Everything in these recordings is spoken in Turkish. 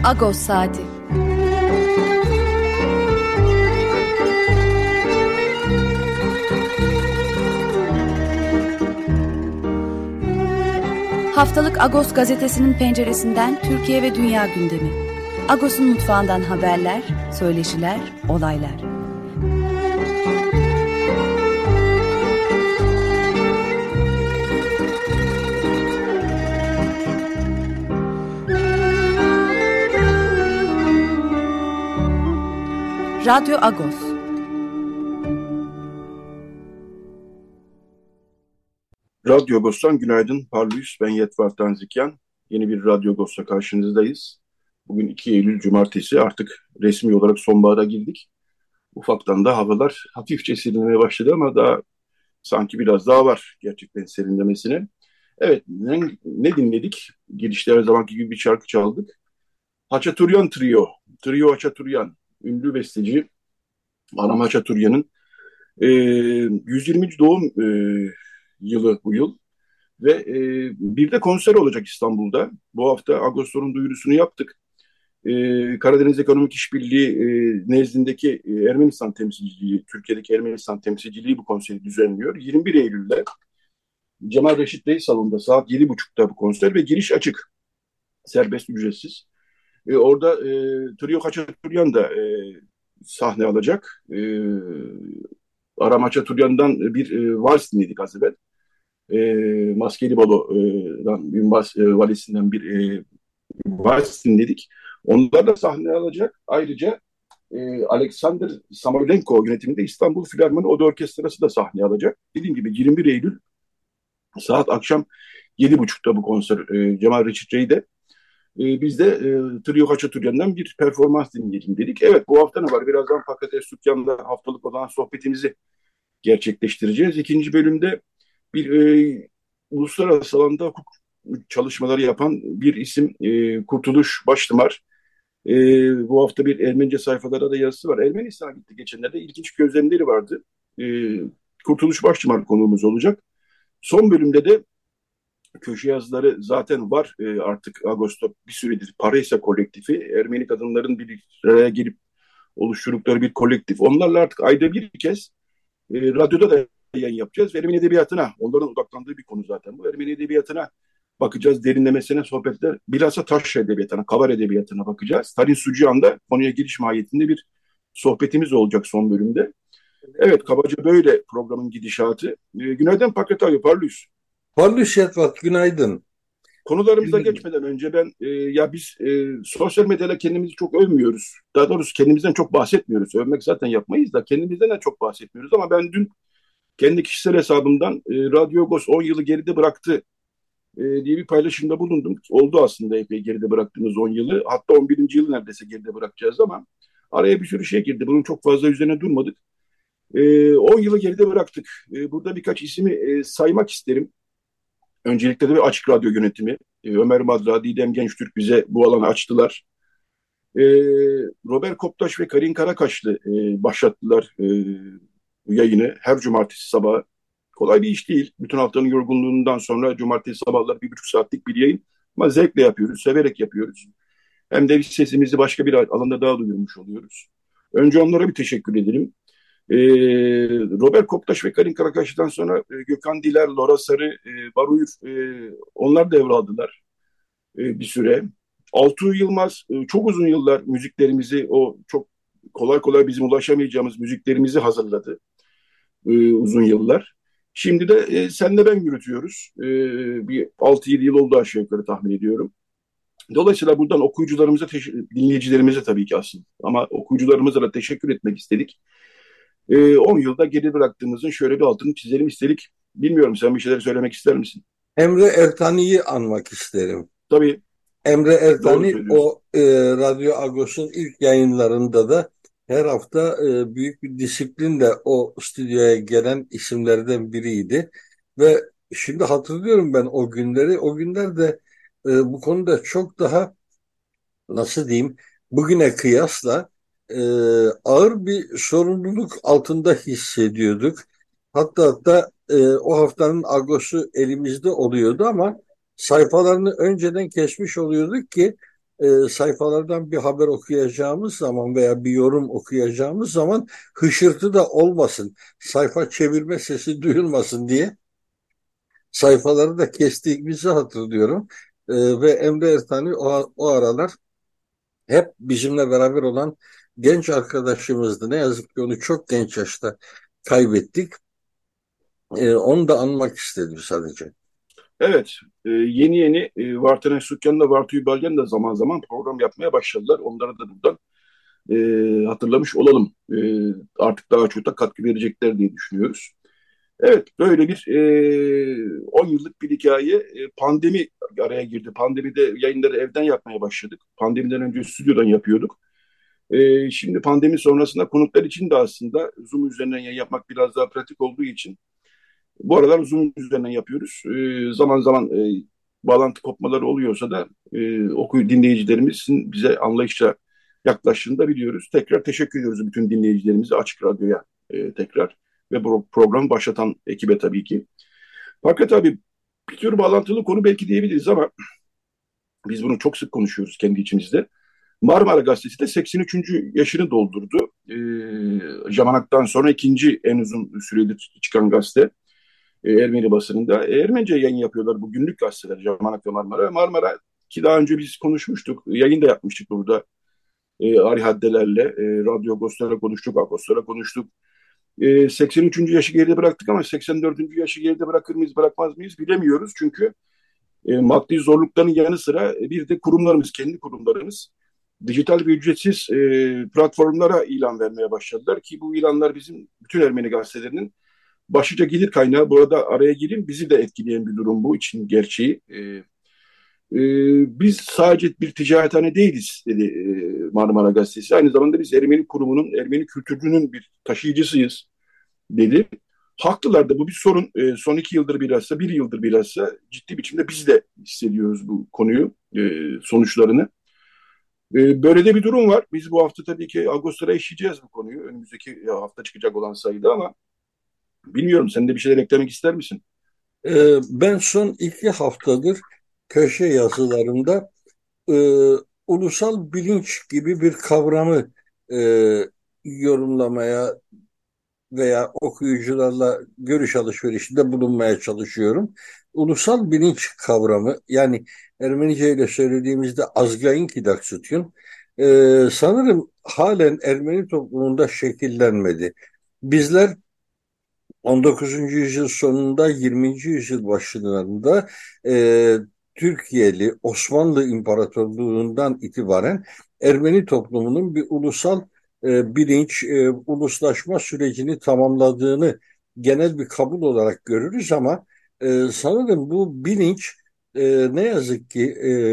Agos Saati. Haftalık Agos gazetesinin penceresinden Türkiye ve dünya gündemi. Agos'un mutfağından haberler, söyleşiler, olaylar. Radyo Agos. Radyo Agos'tan günaydın. Parlıyız. Ben Yetvar Tanzikyan. Yeni bir Radyo Agos'la karşınızdayız. Bugün 2 Eylül Cumartesi. Artık resmi olarak sonbahara girdik. Ufaktan da havalar hafifçe serinlemeye başladı ama daha sanki biraz daha var gerçekten serinlemesine. Evet, ne dinledik? Girişte her zamanki gibi bir şarkı çaldık. Haçaturyan Trio. Trio Haçaturyan. Ünlü besteci Anam Haçaturyan'ın 120. doğum yılı bu yıl. Ve bir de konser olacak İstanbul'da. Bu hafta Ağustos'un duyurusunu yaptık. Karadeniz Ekonomik İşbirliği nezdindeki Ermenistan temsilciliği, Türkiye'deki Ermenistan temsilciliği bu konseri düzenliyor. 21 Eylül'de Cemal Reşit Rey Salonu'nda saat 7.30'da bu konser ve giriş açık. Serbest, ücretsiz. Orada Trio Haçaturyan da sahne alacak. Aram Haçaturyan'dan bir vals dinledik az evvel. Maskeli Balo'dan valisinden bir vals dinledik. Onlar da sahne alacak. Ayrıca Alexander Samoylenko yönetiminde İstanbul Filarmoni Oda Orkestrası da sahne alacak. Dediğim gibi 21 Eylül saat akşam 7.30'da bu konser Cemal Reşit Rey'de. Biz de Trio Haçaturyan'dan bir performans dinleyelim dedik. Evet, bu hafta ne var? Birazdan Pakates Sükkan'la haftalık olan sohbetimizi gerçekleştireceğiz. İkinci bölümde bir uluslararası alanda hukuk çalışmaları yapan bir isim Kurtuluş Baştımar. Bu hafta bir Ermenice sayfalara da yazısı var. Ermenistan'a gitti geçenlerde. İlginç gözlemleri vardı. Kurtuluş Baştımar konuğumuz olacak. Son bölümde de köşe yazıları zaten var artık Ağustos'ta bir süredir. Paraysa kolektifi, Ermeni kadınların bir araya gelip oluşturdukları bir kolektif. Onlarla artık ayda bir kez radyoda da yayın yapacağız. Ermeni edebiyatına, onların odaklandığı bir konu zaten bu. Ermeni edebiyatına bakacağız, derinlemesine sohbetler. Bilhassa taş edebiyatına, kavar edebiyatına bakacağız. Talin Sucihan'da konuya giriş mahiyetinde bir sohbetimiz olacak son bölümde. Evet, kabaca böyle programın gidişatı. Günaydın Pakratayı, parlıyız. Parlıyız Yetvar, günaydın. Konularımıza geçmeden önce ben ya biz sosyal medyada kendimizi çok övmüyoruz. Daha doğrusu kendimizden çok bahsetmiyoruz. Övmek zaten yapmayız da kendimizden de çok bahsetmiyoruz. Ama ben dün kendi kişisel hesabımdan Radyo Agos 10 yılı geride bıraktı diye bir paylaşımda bulundum. Oldu aslında epey geride bıraktığımız 10 yılı. Hatta 11. yılı neredeyse geride bırakacağız ama araya bir sürü şey girdi. Bunun çok fazla üzerine durmadık. 10 yılı geride bıraktık. Burada birkaç ismi saymak isterim. Öncelikle de bir Açık Radyo yönetimi. Ömer Madra, Didem Gençtürk bize bu alanı açtılar. Robert Koptaş ve Karin Karakaşlı başlattılar bu yayını. Her cumartesi sabahı. Kolay bir iş değil. Bütün haftanın yorgunluğundan sonra cumartesi sabahlar 1,5 saatlik bir yayın. Ama zevkle yapıyoruz, severek yapıyoruz. Hem de sesimizi başka bir alanda daha duyurmuş oluyoruz. Önce onlara bir teşekkür edelim. Robert Koptaş ve Karin Karakaş'tan sonra Gökhan Diler, Lora Sarı, Baruyur onlar devraldılar bir süre. Altuğ Yılmaz çok uzun yıllar müziklerimizi o çok kolay kolay bizim ulaşamayacağımız müziklerimizi hazırladı uzun yıllar. Şimdi de senle ben yürütüyoruz. Bir 6-7 yıl oldu aşağı yukarı tahmin ediyorum. Dolayısıyla buradan okuyucularımıza, dinleyicilerimize tabii ki aslında ama okuyucularımıza da teşekkür etmek istedik. 10 yılda geri bıraktığımızın şöyle bir altını çizelim istedik. Bilmiyorum, sen bir şeyler söylemek ister misin? Emre Ertani'yi anmak isterim. Tabii. Emre Ertani o Radyo Agos'un ilk yayınlarında da her hafta büyük bir disiplinle o stüdyoya gelen isimlerden biriydi. Ve şimdi hatırlıyorum ben o günleri. O günlerde bu konuda çok daha nasıl diyeyim bugüne kıyasla e, ağır bir sorumluluk altında hissediyorduk. Hatta o haftanın Agos'u elimizde oluyordu ama sayfalarını önceden kesmiş oluyorduk ki sayfalardan bir haber okuyacağımız zaman veya bir yorum okuyacağımız zaman hışırtı da olmasın, sayfa çevirme sesi duyulmasın diye sayfaları da kestiğimizi hatırlıyorum. Ve Emre Ertani o aralar hep bizimle beraber olan genç arkadaşımızdı. Ne yazık ki onu çok genç yaşta kaybettik. Onu da anmak istedim sadece. Evet, yeni yeni Vartanay Sütyan'la Vartuyu Belgen de zaman zaman program yapmaya başladılar. Onlara da buradan hatırlamış olalım. Artık daha çok da katkı verecekler diye düşünüyoruz. Evet, böyle bir 10 yıllık bir hikaye. Pandemi araya girdi. Pandemide yayınları evden yapmaya başladık. Pandemiden önce stüdyodan yapıyorduk. Şimdi pandemi sonrasında konuklar için de aslında Zoom üzerinden yayın yapmak biraz daha pratik olduğu için bu aralar Zoom üzerinden yapıyoruz. Zaman zaman bağlantı kopmaları oluyorsa da dinleyicilerimizin bize anlayışla yaklaştığını da biliyoruz. Tekrar teşekkür ediyoruz bütün dinleyicilerimize, Açık Radyo'ya tekrar ve bu programı başlatan ekibe tabii ki. Fakat abi bir tür bağlantılı konu belki diyebiliriz ama biz bunu çok sık konuşuyoruz kendi içimizde. Marmara Gazetesi de 83. yaşını doldurdu. Jamanak'tan sonra ikinci en uzun süredir çıkan gazete. Ermeni basınında. Ermenice yayın yapıyorlar bu günlük gazeteler Jamanak ve Marmara. Marmara ki daha önce biz konuşmuştuk. Yayın da yapmıştık burada. Ari Haddeler'le. Radyo Agos'la konuştuk. Agos'la konuştuk. 83. yaşı geride bıraktık ama 84. yaşı geride bırakır mıyız bırakmaz mıyız bilemiyoruz. Çünkü maddi zorlukların yanı sıra bir de kurumlarımız, kendi kurumlarımız dijital ve ücretsiz platformlara ilan vermeye başladılar ki bu ilanlar bizim bütün Ermeni gazetelerinin başlıca gelir kaynağı. Bu arada araya gireyim, bizi de etkileyen bir durum bu için gerçeği. Biz sadece bir ticarethane değiliz dedi Marmara Gazetesi. Aynı zamanda biz Ermeni kurumunun, Ermeni kültürünün bir taşıyıcısıyız dedi. Haklılar da bu bir sorun. Son 2 yıldır bilhassa, bir yıldır bilhassa ciddi biçimde biz de hissediyoruz bu konuyu, sonuçlarını. Böyle de bir durum var. Biz bu hafta tabii ki Ağustos'a işleyeceğiz bu konuyu. Önümüzdeki hafta çıkacak olan sayıda ama bilmiyorum, sen de bir şeyler eklemek ister misin? Ben son 2 haftadır köşe yazılarımda e, ulusal bilinç gibi bir kavramı e, yorumlamaya veya okuyucularla görüş alışverişinde bulunmaya çalışıyorum. Ulusal bilinç kavramı, yani Ermenice ile söylediğimizde azgayın kidaksutun, sanırım halen Ermeni toplumunda şekillenmedi. Bizler 19. yüzyıl sonunda 20. yüzyıl başlarında e, Türkiye'li Osmanlı İmparatorluğu'ndan itibaren Ermeni toplumunun bir ulusal bilinç, uluslaşma sürecini tamamladığını genel bir kabul olarak görürüz ama sanırım bu bilinç ne yazık ki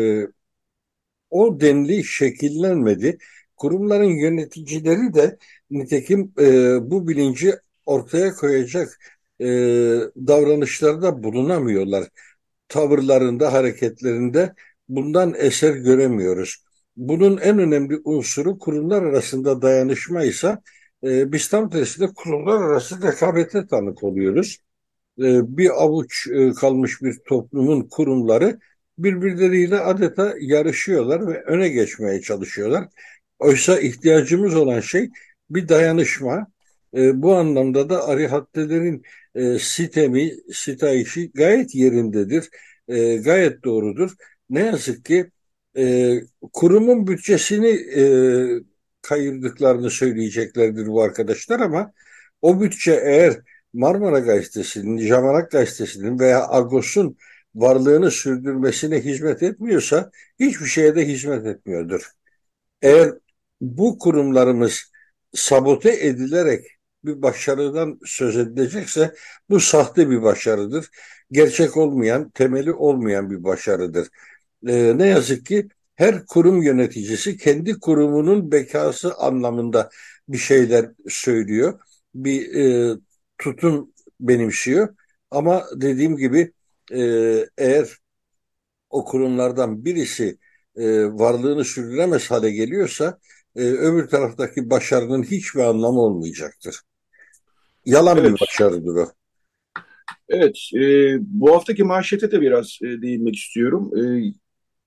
o denli şekillenmedi. Kurumların yöneticileri de nitekim bu bilinci ortaya koyacak e, davranışlarda bulunamıyorlar. Tavırlarında, hareketlerinde bundan eser göremiyoruz. Bunun en önemli unsuru kurumlar arasında dayanışma ise biz tam tersine kurumlar arası rekabete tanık oluyoruz. Bir avuç kalmış bir toplumun kurumları birbirleriyle adeta yarışıyorlar ve öne geçmeye çalışıyorlar. Oysa ihtiyacımız olan şey bir dayanışma. Bu anlamda da Ari Hatteder'in sitayişi gayet yerindedir, gayet doğrudur. Ne yazık ki e, kurumun bütçesini kayırdıklarını söyleyeceklerdir bu arkadaşlar ama o bütçe eğer Marmara Gazetesi'nin, Jamanak Gazetesi'nin veya Agos'un varlığını sürdürmesine hizmet etmiyorsa hiçbir şeye de hizmet etmiyordur. Eğer bu kurumlarımız sabote edilerek bir başarıdan söz edilecekse bu sahte bir başarıdır. Gerçek olmayan, temeli olmayan bir başarıdır. Ne yazık ki her kurum yöneticisi kendi kurumunun bekası anlamında bir şeyler söylüyor. Bir tutum benimsiyor. Ama dediğim gibi e, eğer o kurumlardan birisi varlığını sürdüremez hale geliyorsa öbür taraftaki başarının hiçbir anlamı olmayacaktır. Yalan bir Evet, başarıdır o. evet. Bu haftaki manşete de biraz değinmek istiyorum.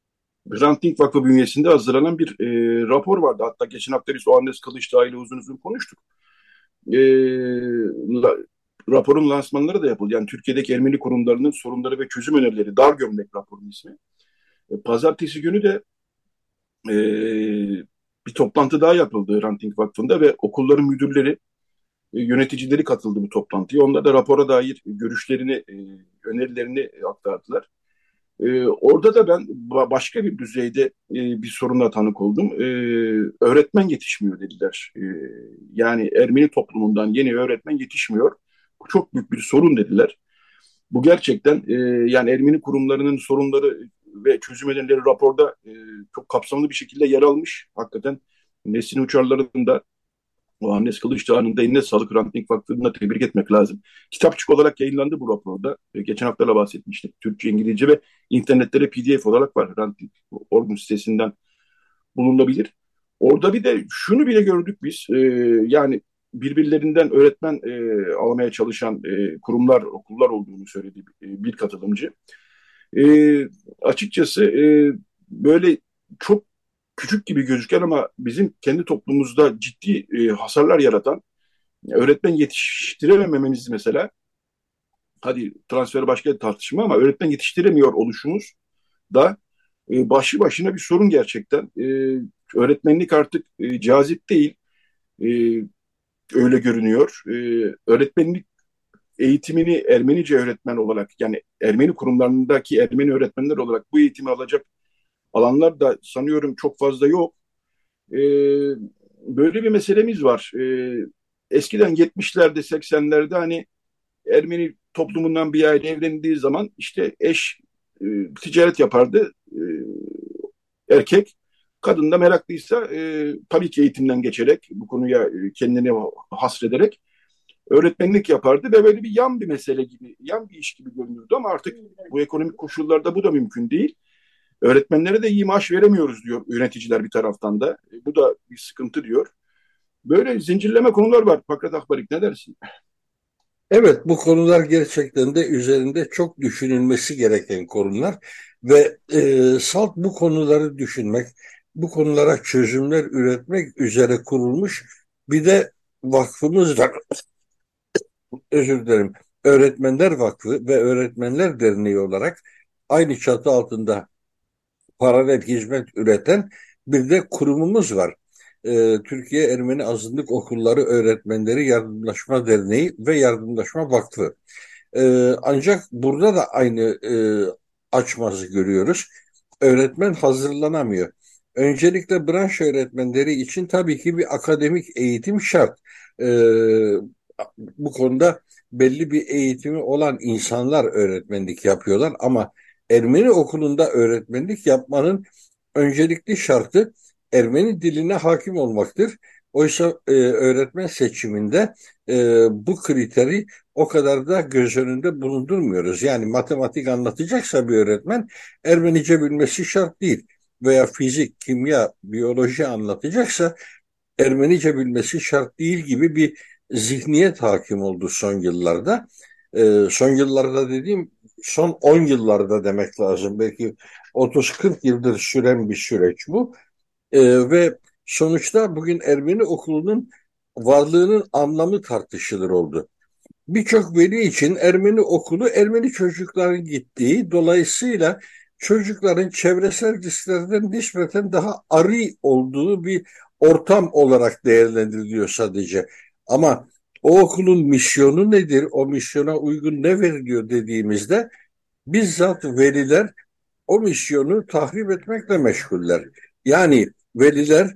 Hrant Dink Vakfı bünyesinde hazırlanan bir rapor vardı. Hatta geçen hafta biz Oannes Kılıçdağı ile uzun uzun konuştuk. E, la- Raporun lansmanları da yapıldı. Yani Türkiye'deki Ermeni kurumlarının sorunları ve çözüm önerileri, Dar Gömlek raporunun ismi. Pazartesi günü de e, bir toplantı daha yapıldı Hrant Dink Vakfı'nda ve okulların müdürleri, yöneticileri katıldı bu toplantıya. Onlar da rapora dair görüşlerini, önerilerini aktardılar. Orada da ben başka bir düzeyde bir soruna tanık oldum. Öğretmen yetişmiyor dediler. Yani Ermeni toplumundan yeni öğretmen yetişmiyor. Bu çok büyük bir sorun dediler. Bu gerçekten yani Ermeni kurumlarının sorunları ve çözüm önerileri raporda çok kapsamlı bir şekilde yer almış. Hakikaten Nesin Uçarlar'ın da o Hannes Kılıçdağ'ın da eline sağlık, Hrant Dink Vakfı'nı tebrik etmek lazım. Kitapçık olarak yayınlandı bu raporda. Geçen hafta da bahsetmiştik. Türkçe, İngilizce ve internetlere PDF olarak var. Hrant Dink Orgun sitesinden bulunabilir. Orada bir de şunu bile gördük biz. Yani birbirlerinden öğretmen almaya çalışan kurumlar, okullar olduğunu söyledi bir katılımcı. E, Açıkçası böyle çok küçük gibi gözüken ama bizim kendi toplumumuzda ciddi hasarlar yaratan öğretmen yetiştiremememiz mesela, hadi transfer başka bir tartışma ama öğretmen yetiştiremiyor oluşumuz da başlı başına bir sorun gerçekten. Öğretmenlik artık cazip değil, e, öyle görünüyor. Öğretmenlik eğitimini Ermenice öğretmen olarak, yani Ermeni kurumlarındaki Ermeni öğretmenler olarak bu eğitimi alacak alanlar da sanıyorum çok fazla yok. E, Böyle bir meselemiz var. Eskiden 70'lerde 80'lerde hani Ermeni toplumundan bir aile evlendiği zaman işte eş ticaret yapardı, erkek. Kadın da meraklıysa tabii ki eğitimden geçerek bu konuya kendini hasrederek öğretmenlik yapardı ve böyle bir yan bir mesele gibi, yan bir iş gibi görünürdü ama artık bu ekonomik koşullarda bu da mümkün değil. Öğretmenlere de iyi maaş veremiyoruz diyor yöneticiler bir taraftan da. Bu da bir sıkıntı diyor. Böyle zincirleme konular var. Fakret Akbarik, ne dersin? Evet, bu konular gerçekten de üzerinde çok düşünülmesi gereken konular ve salt bu konuları düşünmek, bu konulara çözümler üretmek üzere kurulmuş bir de vakfımız var. Özür dilerim. Öğretmenler Vakfı ve Öğretmenler Derneği olarak aynı çatı altında paralel hizmet üreten bir de kurumumuz var. Türkiye Ermeni Azınlık Okulları Öğretmenleri Yardımlaşma Derneği ve Yardımlaşma Vakfı. Ancak burada da aynı açmazı görüyoruz. Öğretmen hazırlanamıyor. Öncelikle branş öğretmenleri için tabii ki bir akademik eğitim şart. Ee, Bu konuda belli bir eğitimi olan insanlar öğretmenlik yapıyorlar ama Ermeni okulunda öğretmenlik yapmanın öncelikli şartı Ermeni diline hakim olmaktır. Oysa öğretmen seçiminde bu kriteri o kadar da göz önünde bulundurmuyoruz. Yani matematik anlatacaksa bir öğretmen Ermenice bilmesi şart değil. Veya fizik, kimya, biyoloji anlatacaksa Ermenice bilmesi şart değil gibi bir zihniyet hakim oldu son yıllarda. Son yıllarda dediğim son 10 yıllarda demek lazım. Belki 30-40 yıldır süren bir süreç bu. Ve sonuçta bugün Ermeni okulunun varlığının anlamı tartışılır oldu. Birçok veli için Ermeni okulu Ermeni çocukların gittiği, dolayısıyla çocukların çevresel risklerden nispeten daha arı olduğu bir ortam olarak değerlendiriliyor sadece. Ama o okulun misyonu nedir? O misyona uygun ne veriliyor dediğimizde bizzat veliler o misyonu tahrip etmekle meşguller. Yani veliler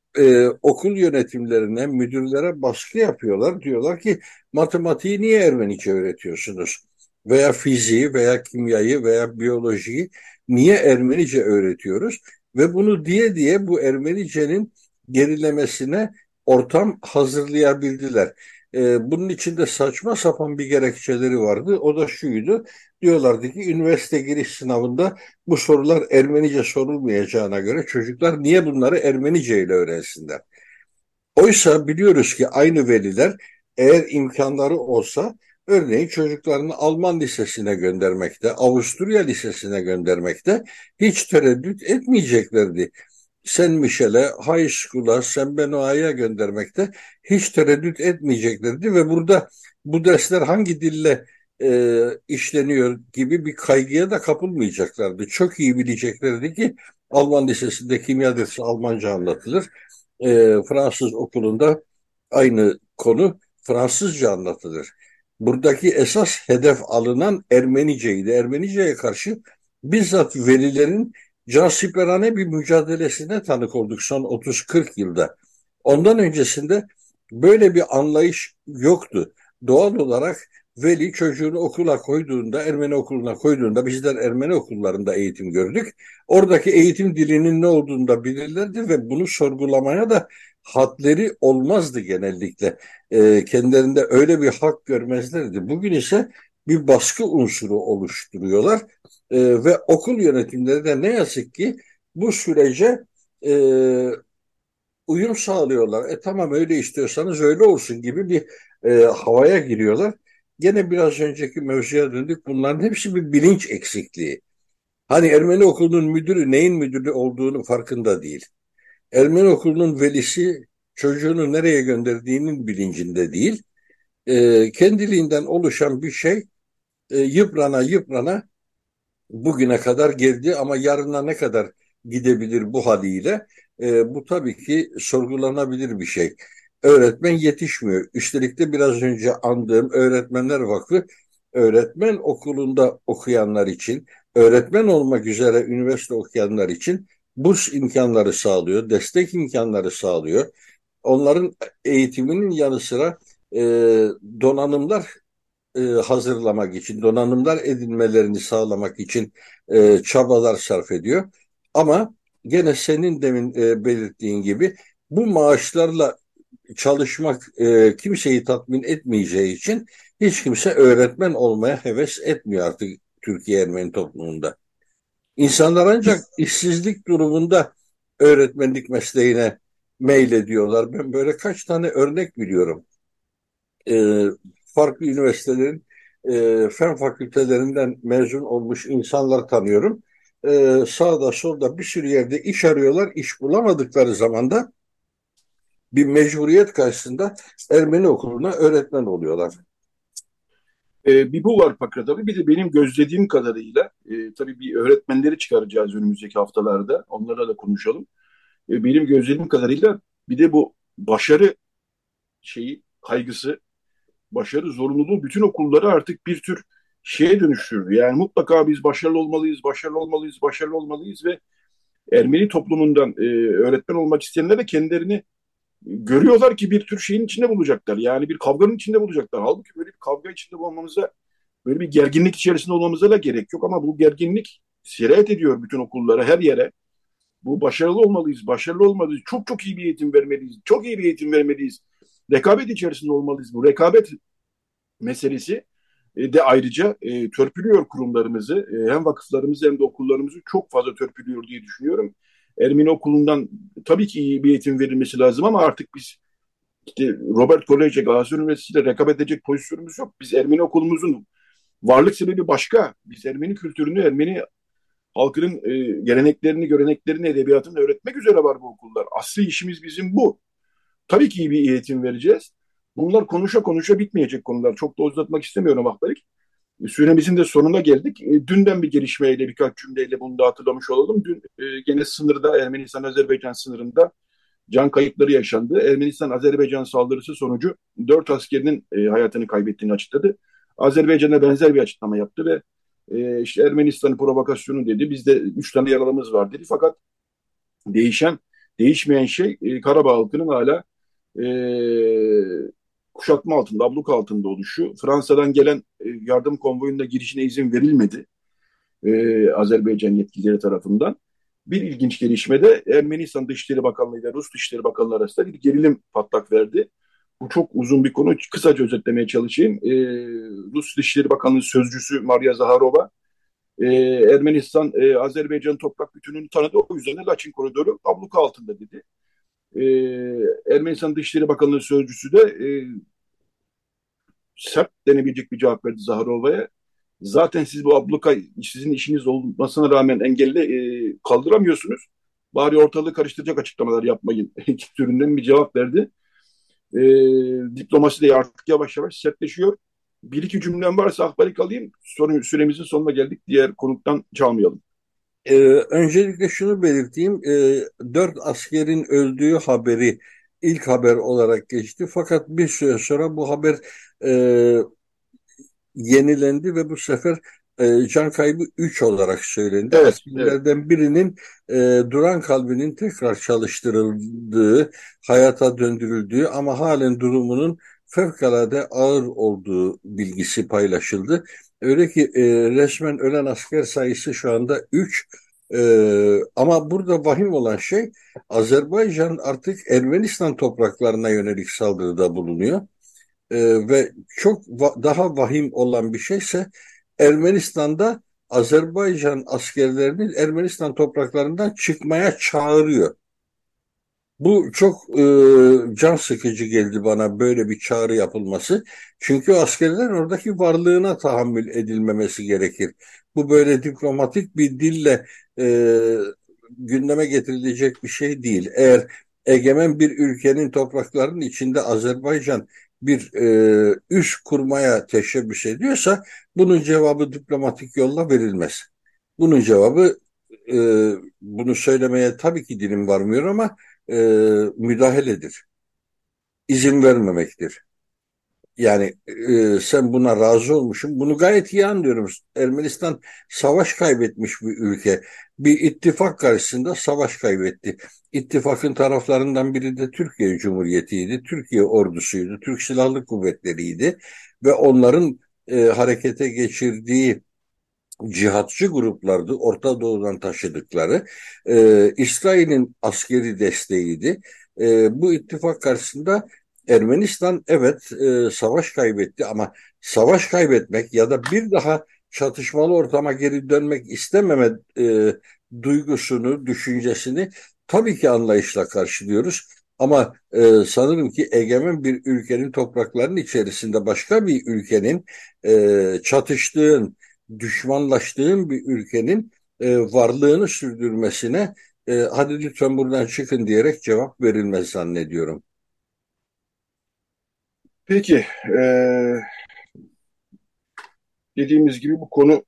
okul yönetimlerine, müdürlere baskı yapıyorlar. Diyorlar ki matematiği niye Ermenice öğretiyorsunuz? Veya fiziği veya kimyayı veya biyolojiyi niye Ermenice öğretiyoruz? Ve bunu diye diye bu Ermenice'nin gerilemesine ortam hazırlayabildiler. Bunun içinde saçma sapan bir gerekçeleri vardı. O da şuydu. Diyorlardı ki üniversite giriş sınavında bu sorular Ermenice sorulmayacağına göre çocuklar niye bunları Ermenice ile öğrensinler? Oysa biliyoruz ki aynı veliler eğer imkanları olsa örneğin çocuklarını Alman lisesine göndermekte, Avusturya lisesine göndermekte hiç tereddüt etmeyeceklerdi. Saint Michel'e, High School'a, Saint Benoît'a göndermekte hiç tereddüt etmeyeceklerdi ve burada bu dersler hangi dille işleniyor gibi bir kaygıya da kapılmayacaklardı. Çok iyi bileceklerdi ki Alman lisesinde kimya dersi Almanca anlatılır. Fransız okulunda aynı konu Fransızca anlatılır. Buradaki esas hedef alınan Ermeniceydi. Ermeniceye karşı bizzat velilerin cansiperane bir mücadelesine tanık olduk son 30-40 yılda. Ondan öncesinde böyle bir anlayış yoktu. Doğal olarak veli çocuğunu okula koyduğunda, Ermeni okuluna koyduğunda, bizler Ermeni okullarında eğitim gördük. Oradaki eğitim dilinin ne olduğunu da bilirlerdi ve bunu sorgulamaya da hadleri olmazdı genellikle. Kendilerinde öyle bir hak görmezlerdi. Bugün ise bir baskı unsuru oluşturuyorlar. Ve okul yönetimleri de ne yazık ki bu sürece e, uyum sağlıyorlar. Tamam öyle istiyorsanız öyle olsun gibi bir havaya giriyorlar. Gene biraz önceki mevzuya döndük. Bunların hepsi bir bilinç eksikliği. Hani Ermeni okulunun müdürü neyin müdürü olduğunu farkında değil. Ermeni okulunun velisi çocuğunu nereye gönderdiğinin bilincinde değil. Kendiliğinden oluşan bir şey yıprana yıprana bugüne kadar geldi ama yarına ne kadar gidebilir bu haliyle? Bu tabii ki sorgulanabilir bir şey. Öğretmen yetişmiyor. Üstelik de biraz önce andığım Öğretmenler Vakfı öğretmen okulunda okuyanlar için, öğretmen olmak üzere üniversite okuyanlar için burs imkanları sağlıyor, destek imkanları sağlıyor. Onların eğitiminin yanı sıra e, donanımlar hazırlamak için, donanımlar edinmelerini sağlamak için çabalar sarf ediyor. Ama gene senin demin belirttiğin gibi bu maaşlarla çalışmak kimseyi tatmin etmeyeceği için hiç kimse öğretmen olmaya heves etmiyor artık Türkiye Ermeni toplumunda. İnsanlar ancak işsizlik durumunda öğretmenlik mesleğine meylediyorlar. Ben böyle kaç tane örnek biliyorum. e, Farklı üniversitelerin fen fakültelerinden mezun olmuş insanlar tanıyorum. Sağda solda bir sürü yerde iş arıyorlar. İş bulamadıkları zaman da bir mecburiyet karşısında Ermeni okuluna öğretmen oluyorlar. Bir bu var Pakrat abi. Bir de benim gözlediğim kadarıyla tabii bir öğretmenleri çıkaracağız önümüzdeki haftalarda. Onlarla da konuşalım. Benim gözlediğim kadarıyla bir de bu başarı kaygısı, başarı zorunluluğu bütün okulları artık bir tür şeye dönüştürdü. Yani mutlaka biz başarılı olmalıyız, başarılı olmalıyız, başarılı olmalıyız ve Ermeni toplumundan öğretmen olmak isteyenler de kendilerini görüyorlar ki bir tür şeyin içinde bulacaklar. Yani bir kavganın içinde bulacaklar. Halbuki böyle bir kavga içinde olmamıza, böyle bir gerginlik içerisinde olmamıza da gerek yok. Ama bu gerginlik sirayet ediyor bütün okullara, her yere. Bu başarılı olmalıyız, başarılı olmalıyız. Çok çok iyi bir eğitim vermeliyiz. Çok iyi bir eğitim vermeliyiz. Rekabet içerisinde olmalıyız. Bu rekabet meselesi de ayrıca törpülüyor kurumlarımızı. Hem vakıflarımızı hem de okullarımızı çok fazla törpülüyor diye düşünüyorum. Ermeni okulundan tabii ki iyi bir eğitim verilmesi lazım ama artık biz işte Robert Kolej'e, Gazi Üniversitesi'yle rekabet edecek pozisyonumuz yok. Biz Ermeni okulumuzun varlık sebebi başka. Biz Ermeni kültürünü, Ermeni halkının geleneklerini, göreneklerini, edebiyatını öğretmek üzere var bu okullar. Asli işimiz bizim bu. Tabii ki iyi bir eğitim vereceğiz. Bunlar konuşa konuşa bitmeyecek konular. Çok da uzatmak istemiyorum Ahbarik. Süremizin de sonuna geldik. Dünden bir gelişmeyle birkaç cümleyle bunu da hatırlamış olalım. Dün gene sınırda Ermenistan-Azerbaycan sınırında can kayıpları yaşandı. Ermenistan-Azerbaycan saldırısı sonucu 4 askerinin hayatını kaybettiğini açıkladı. Azerbaycan'a benzer bir açıklama yaptı ve işte Ermenistan'ın provokasyonu dedi. Bizde 3 tane yaralımız var dedi. Fakat değişmeyen şey Karabağ halkının hala e, kuşatma altında, abluk altında oluşu. Fransa'dan gelen yardım konvoyunda girişine izin verilmedi Azerbaycan yetkilileri tarafından. Bir ilginç gelişme de Ermenistan Dışişleri Bakanlığı ile Rus Dışişleri Bakanlığı arasında bir gerilim patlak verdi. Bu çok uzun bir konu. Kısaca özetlemeye çalışayım. Rus Dışişleri Bakanlığı Sözcüsü Maria Zaharova, Ermenistan, Azerbaycan toprak bütünlüğünü tanıdı. O yüzden de Laçin koridoru abluka altında dedi. Ermenistan Dışişleri Bakanlığı Sözcüsü de sert denebilecek bir cevap verdi Zaharova'ya. Zaten siz bu abluka sizin işiniz olmasına rağmen engelle kaldıramıyorsunuz. Bari ortalığı karıştıracak açıklamalar yapmayın türünden bir cevap verdi. E, Diplomasi de artık yavaş yavaş sertleşiyor. Bir iki cümlem varsa akbarik alayım. Sonra süremizin sonuna geldik. Diğer konuktan çalmayalım. Öncelikle şunu belirteyim. 4 askerin öldüğü haberi ilk haber olarak geçti. Fakat bir süre sonra bu haber e, yenilendi ve bu sefer can kaybı 3 olarak söylendi. Evet, evet. Askerlerden birinin duran kalbinin tekrar çalıştırıldığı, hayata döndürüldüğü ama halen durumunun fevkalade ağır olduğu bilgisi paylaşıldı. Öyle ki resmen ölen asker sayısı şu anda 3. Ama burada vahim olan şey, Azerbaycan artık Ermenistan topraklarına yönelik saldırıda bulunuyor. Ve çok daha vahim olan bir şeyse, Ermenistan'da Azerbaycan askerlerini Ermenistan topraklarından çıkmaya çağırıyor. Bu çok can sıkıcı geldi bana, böyle bir çağrı yapılması. Çünkü askerler oradaki varlığına tahammül edilmemesi gerekir. Bu böyle diplomatik bir dille e, gündeme getirilecek bir şey değil. Eğer egemen bir ülkenin topraklarının içinde Azerbaycan bir üs kurmaya teşebbüs ediyorsa, bunun cevabı diplomatik yolla verilmez. Bunun cevabı, e, bunu söylemeye tabii ki dilim varmıyor ama e, müdahaledir. İzin vermemektir. Yani sen buna razı olmuşsun. Bunu gayet iyi anlıyorum. Ermenistan savaş kaybetmiş bir ülke. Bir ittifak karşısında savaş kaybetti. İttifakın taraflarından biri de Türkiye Cumhuriyeti'ydi. Türkiye ordusuydu. Türk Silahlı Kuvvetleri'ydi. Ve onların harekete geçirdiği cihatçı gruplardı, Orta Doğu'dan taşıdıkları. İsrail'in askeri desteğiydi. Bu ittifak karşısında Ermenistan, evet, savaş kaybetti ama savaş kaybetmek ya da bir daha çatışmalı ortama geri dönmek istememe duygusunu, düşüncesini tabii ki anlayışla karşılıyoruz. Ama sanırım ki egemen bir ülkenin topraklarının içerisinde başka bir ülkenin çatıştığın, düşmanlaştığın bir ülkenin varlığını sürdürmesine hadi lütfen buradan çıkın diyerek cevap verilmez zannediyorum. Peki, dediğimiz gibi bu konu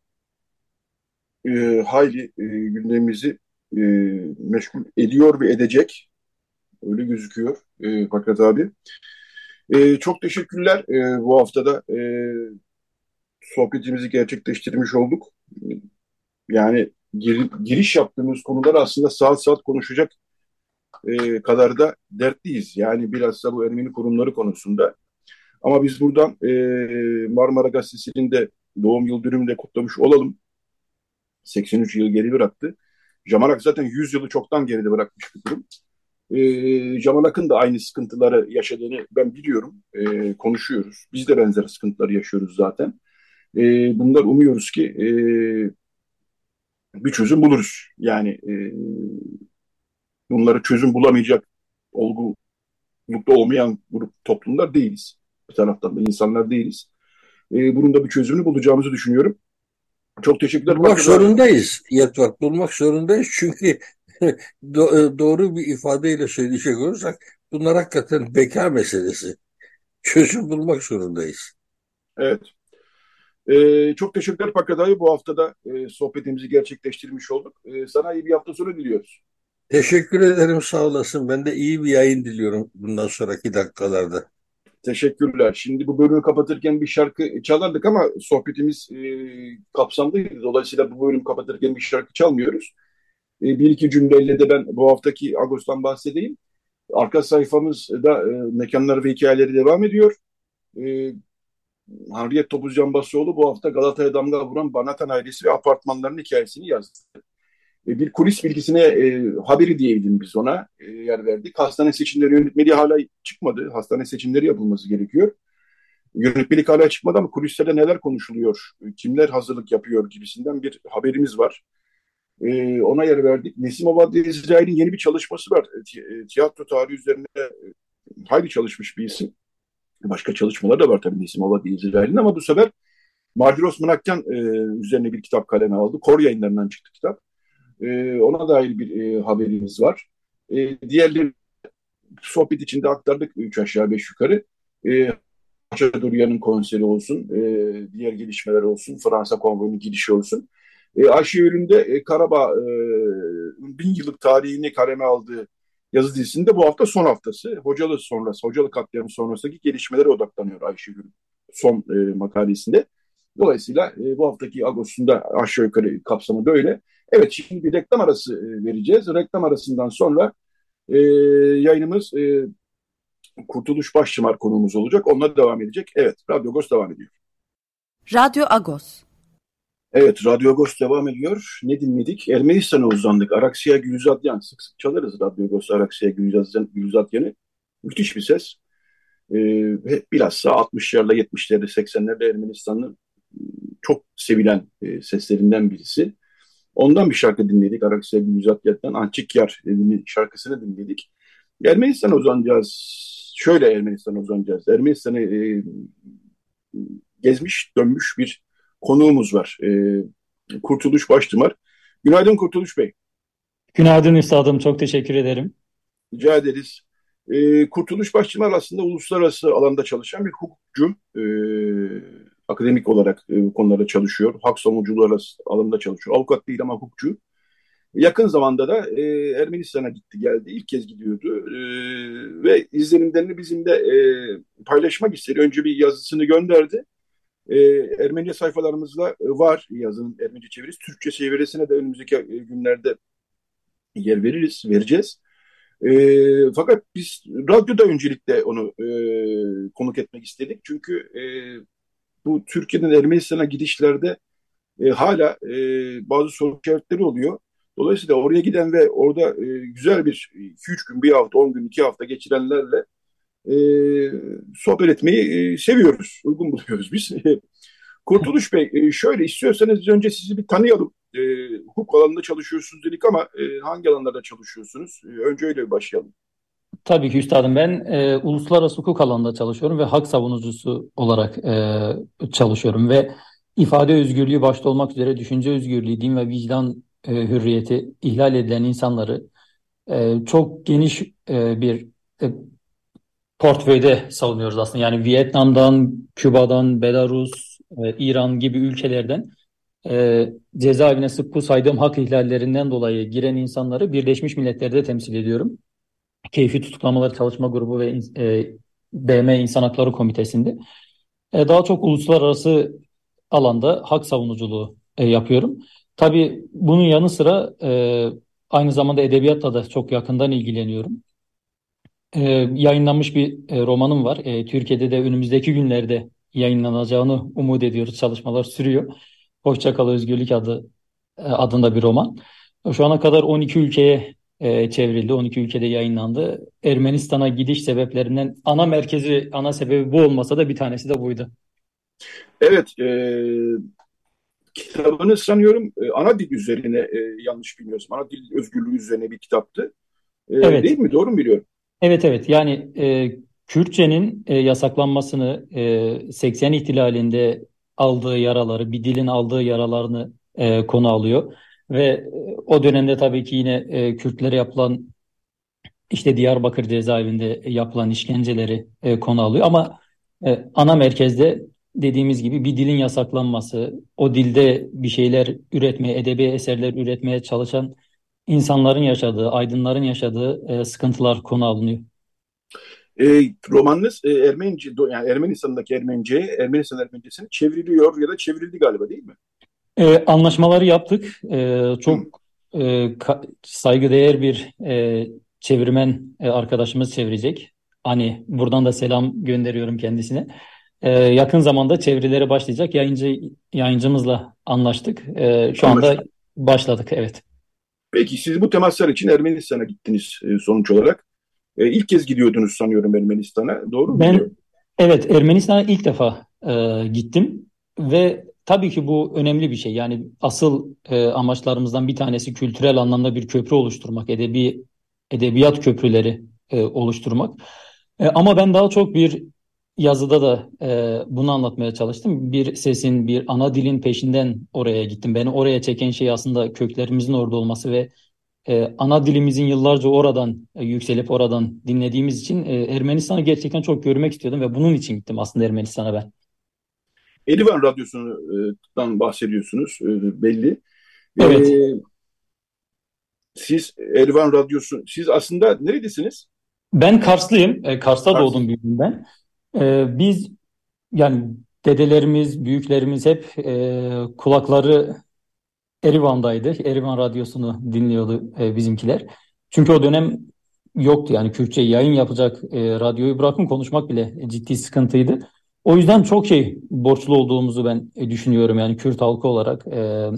hayli gündemimizi e, meşgul ediyor ve edecek. Öyle gözüküyor Fakat abi. Çok teşekkürler. Bu haftada sohbetimizi gerçekleştirmiş olduk. Yani giriş yaptığımız konular aslında saat saat konuşacak kadar da dertliyiz. Yani bilhassa bu Ermeni kurumları konusunda. Ama biz buradan Marmara Gazetesi'nin de doğum yıl dönümünü de kutlamış olalım. 83 yıl geri bıraktı. Jamanak zaten 100 yılı çoktan geride bırakmış bir kurum. Jamalak'ın da aynı sıkıntıları yaşadığını ben biliyorum. Konuşuyoruz. Biz de benzer sıkıntıları yaşıyoruz zaten. Bunlar umuyoruz ki bir çözüm buluruz. Yani bunları çözüm bulamayacak olgunlukta olmayan grup toplumlar değiliz. Bir taraftan da insanlar değiliz. Bunun da bir çözümünü bulacağımızı düşünüyorum. Çok teşekkürler. Bulmak zorundayız. Yetvar, bulmak zorundayız. Çünkü doğru bir ifadeyle söyleyecek olursak, bunlar hakikaten beka meselesi. Çözüm bulmak zorundayız. Evet. Çok teşekkürler Pakadayı. Bu hafta da sohbetimizi gerçekleştirmiş olduk. Sana iyi bir hafta sonu diliyoruz. Teşekkür ederim, sağ olasın. Ben de iyi bir yayın diliyorum bundan sonraki dakikalarda. Teşekkürler. Şimdi bu bölümü kapatırken bir şarkı çalardık ama sohbetimiz kapsamlıydı. Dolayısıyla bu bölümü kapatırken bir şarkı çalmıyoruz. Bir iki cümleyle de ben bu haftaki Ağustos'tan bahsedeyim. Arka sayfamızda mekanlar ve hikayeleri devam ediyor. E, Harriyet Topuz Canbazlıoğlu bu hafta Galata'ya damga vuran Banatan ailesi ve apartmanlarının hikayesini yazdı. Bir kulis bilgisine haberi diyelim biz ona yer verdik. Hastane seçimleri yönetmeliği hala çıkmadı. Hastane seçimleri yapılması gerekiyor. Yönetmelik hala çıkmadı ama kulislerde neler konuşuluyor, kimler hazırlık yapıyor gibisinden bir haberimiz var. Ona yer verdik. Nesim Abaddi İsrail'in yeni bir çalışması var. Tiyatro tarihi üzerine hayli çalışmış bir isim. Başka çalışmalar da var tabii Nesim Ovak İsrail'in, ama bu sefer Mardiros Manakyan üzerine bir kitap kaleme aldı. Kor Yayınları'ndan çıktı kitap. Ona dair bir haberimiz var. Diğerleri sohbet içinde aktardık 3 aşağı 5 yukarı. Haçaduryan'ın konseri olsun, diğer gelişmeler olsun, Fransa konvoyunun gidişi olsun. Ayşe Yörük'ün de Karabağ 1000 yıllık tarihini kaleme aldığı yazı dizisinde bu hafta son haftası. Hocalı katliamı sonrasındaki gelişmelere odaklanıyor Ayşe Yörük son makalesinde. Dolayısıyla bu haftaki Ağustos'unda aşağı yukarı kapsamı böyle. Evet, şimdi bir reklam arası vereceğiz. Reklam arasından sonra yayınımız Kurtuluş Başçımar konuğumuz olacak. Onunla devam edecek. Evet, Radyo Agos devam ediyor. Radyo Agos. Evet, Radyo Agos devam ediyor. Ne dinledik? Ermenistan'a uzandık. Araksiya Gülüzadyan. Sık sık çalarız Radyo Agos Araksiya Gülüzadyan'ı. Müthiş bir ses. Bilhassa 60'larda, 70'lerde, 80'lerde Ermenistan'ın çok sevilen seslerinden birisi. Ondan bir şarkı dinledik. Araksiya Gülüzadyan'dan Ançikyar şarkısını dinledik. Ermenistan'a uzanacağız. Şöyle Ermenistan'a uzanacağız. Ermenistan'ı gezmiş, dönmüş bir konuğumuz var. Kurtuluş Baştımar. Günaydın Kurtuluş Bey. Günaydın üstadım, çok teşekkür ederim. Rica ederiz. Kurtuluş Baştımar aslında uluslararası alanda çalışan bir hukukçu. Akademik olarak konularda çalışıyor. Hak savunuculuğu alanında çalışıyor. Avukat değil ama hukukçu. Yakın zamanda da Ermenistan'a gitti geldi. İlk kez gidiyordu. Ve izlenimlerini bizimle paylaşmak istedi. Önce bir yazısını gönderdi. Ermenice sayfalarımızda var yazının Ermenice çevirisi. Türkçe çevirisine de önümüzdeki günlerde vereceğiz. Fakat biz radyoda öncelikle onu konuk etmek istedik. Çünkü bu Türkiye'den Ermenistan'a gidişlerde hala bazı soru işaretleri oluyor. Dolayısıyla oraya giden ve orada güzel bir 2-3 gün, bir hafta, 10 gün, 2 hafta geçirenlerle sohbet etmeyi seviyoruz, uygun buluyoruz biz. Kurtuluş Bey, şöyle istiyorsanız önce sizi bir tanıyalım. Hukuk alanında çalışıyorsunuz dedik ama hangi alanlarda çalışıyorsunuz? Önce öyle bir başlayalım. Tabii ki üstadım, ben uluslararası hukuk alanında çalışıyorum ve hak savunucusu olarak çalışıyorum ve ifade özgürlüğü başta olmak üzere düşünce özgürlüğü, din ve vicdan hürriyeti ihlal edilen insanları çok geniş bir portföyde savunuyoruz aslında. Yani Vietnam'dan, Küba'dan, Belarus, İran gibi ülkelerden cezaevine sık bu saydığım hak ihlallerinden dolayı giren insanları Birleşmiş Milletler'de temsil ediyorum. Keyfi Tutuklamaları Çalışma Grubu ve BM İnsan Hakları Komitesi'nde. Daha çok uluslararası alanda hak savunuculuğu yapıyorum. Tabii bunun yanı sıra aynı zamanda edebiyatla da çok yakından ilgileniyorum. Yayınlanmış bir romanım var. Türkiye'de de önümüzdeki günlerde yayınlanacağını umut ediyoruz. Çalışmalar sürüyor. Hoşça Kal Özgürlük adında bir roman. Şu ana kadar 12 ülkeye çevrildi. 12 ülkede yayınlandı. Ermenistan'a gidiş sebeplerinden ana sebebi bu olmasa da bir tanesi de buydu. Evet, kitabını sanıyorum ana dil üzerine, yanlış bilmiyorsam, ana dil özgürlüğü üzerine bir kitaptı. Evet. Değil mi? Doğru mu biliyorum? Evet. Yani Kürtçenin yasaklanmasını, 80 ihtilalinde aldığı yaraları, bir dilin aldığı yaralarını konu alıyor. Ve o dönemde tabii ki yine Kürtlere yapılan, işte Diyarbakır cezaevinde yapılan işkenceleri konu alıyor. Ama ana merkezde dediğimiz gibi bir dilin yasaklanması, o dilde bir şeyler üretmeye, edebi eserler üretmeye çalışan insanların yaşadığı, aydınların yaşadığı sıkıntılar konu alınıyor. Romanınız Ermenice, yani Ermenistan'daki Ermenistan Ermenicesine çevriliyor ya da çevrildi galiba, değil mi? Anlaşmaları yaptık. Çok saygıdeğer bir çevirmen arkadaşımız çevirecek. Hani buradan da selam gönderiyorum kendisine. Yakın zamanda çevirileri başlayacak. Yayıncımızla anlaştık. Şu anda başladık, evet. Peki siz bu temaslar için Ermenistan'a gittiniz sonuç olarak. İlk kez gidiyordunuz sanıyorum Ermenistan'a. Doğru mu? Evet, Ermenistan'a ilk defa gittim ve tabii ki bu önemli bir şey. Yani asıl amaçlarımızdan bir tanesi kültürel anlamda bir köprü oluşturmak, edebiyat köprüleri oluşturmak. Ama ben daha çok bir yazıda da bunu anlatmaya çalıştım. Bir sesin, bir ana dilin peşinden oraya gittim. Beni oraya çeken şey aslında köklerimizin orada olması ve ana dilimizin yıllarca oradan yükselip oradan dinlediğimiz için Ermenistan'ı gerçekten çok görmek istiyordum ve bunun için gittim aslında Ermenistan'a ben. Erivan Radyosu'ndan bahsediyorsunuz, belli. Evet, Siz Erivan Radyosu, siz aslında neredesiniz? ben Karslıyım. Kars'ta doğdum Kars. büyüdüm ben. Biz yani dedelerimiz, büyüklerimiz hep kulakları Erivan'daydı. Erivan Radyosu'nu dinliyordu bizimkiler. Çünkü o dönem yoktu yani Kürtçe yayın yapacak radyoyu bırakın konuşmak bile ciddi sıkıntıydı. O yüzden çok şey borçlu olduğumuzu ben düşünüyorum yani Kürt halkı olarak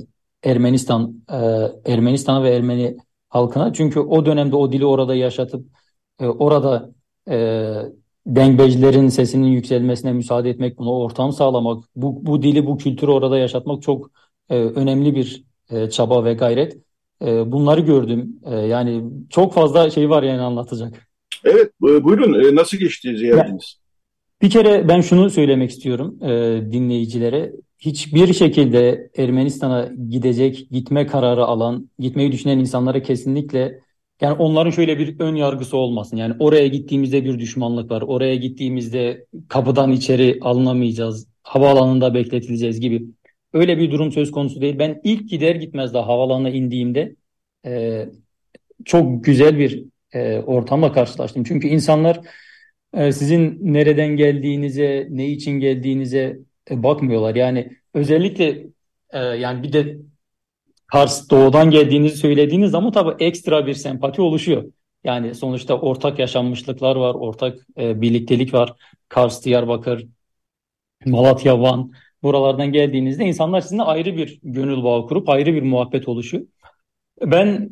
Ermenistan'a ve Ermeni halkına. Çünkü o dönemde o dili orada yaşatıp orada e, dengbejlerin sesinin yükselmesine müsaade etmek, buna ortam sağlamak, bu dili, bu kültürü orada yaşatmak çok önemli bir çaba ve gayret. Bunları gördüm. Yani çok fazla şey var yani anlatacak. Evet, buyurun. Nasıl geçti Ya, ziyaretiniz? bir kere ben şunu söylemek istiyorum dinleyicilere. Hiçbir şekilde Ermenistan'a gitme kararı alan, gitmeyi düşünen insanlara kesinlikle yani onların şöyle bir ön yargısı olmasın. Yani oraya gittiğimizde bir düşmanlık var. Oraya gittiğimizde kapıdan içeri alınamayacağız. Havaalanında bekletileceğiz gibi. Öyle bir durum söz konusu değil. Ben ilk gider gitmez daha havaalanına indiğimde e, çok güzel bir ortamla karşılaştım. Çünkü insanlar sizin nereden geldiğinize, ne için geldiğinize bakmıyorlar. Yani özellikle yani bir de Kars doğudan geldiğinizi söylediğiniz zaman tabii ekstra bir sempati oluşuyor. Yani sonuçta ortak yaşanmışlıklar var, ortak birliktelik var. Kars, Diyarbakır, Malatya, Van buralardan geldiğinizde insanlar sizinle ayrı bir gönül bağı kurup ayrı bir muhabbet oluşuyor. Ben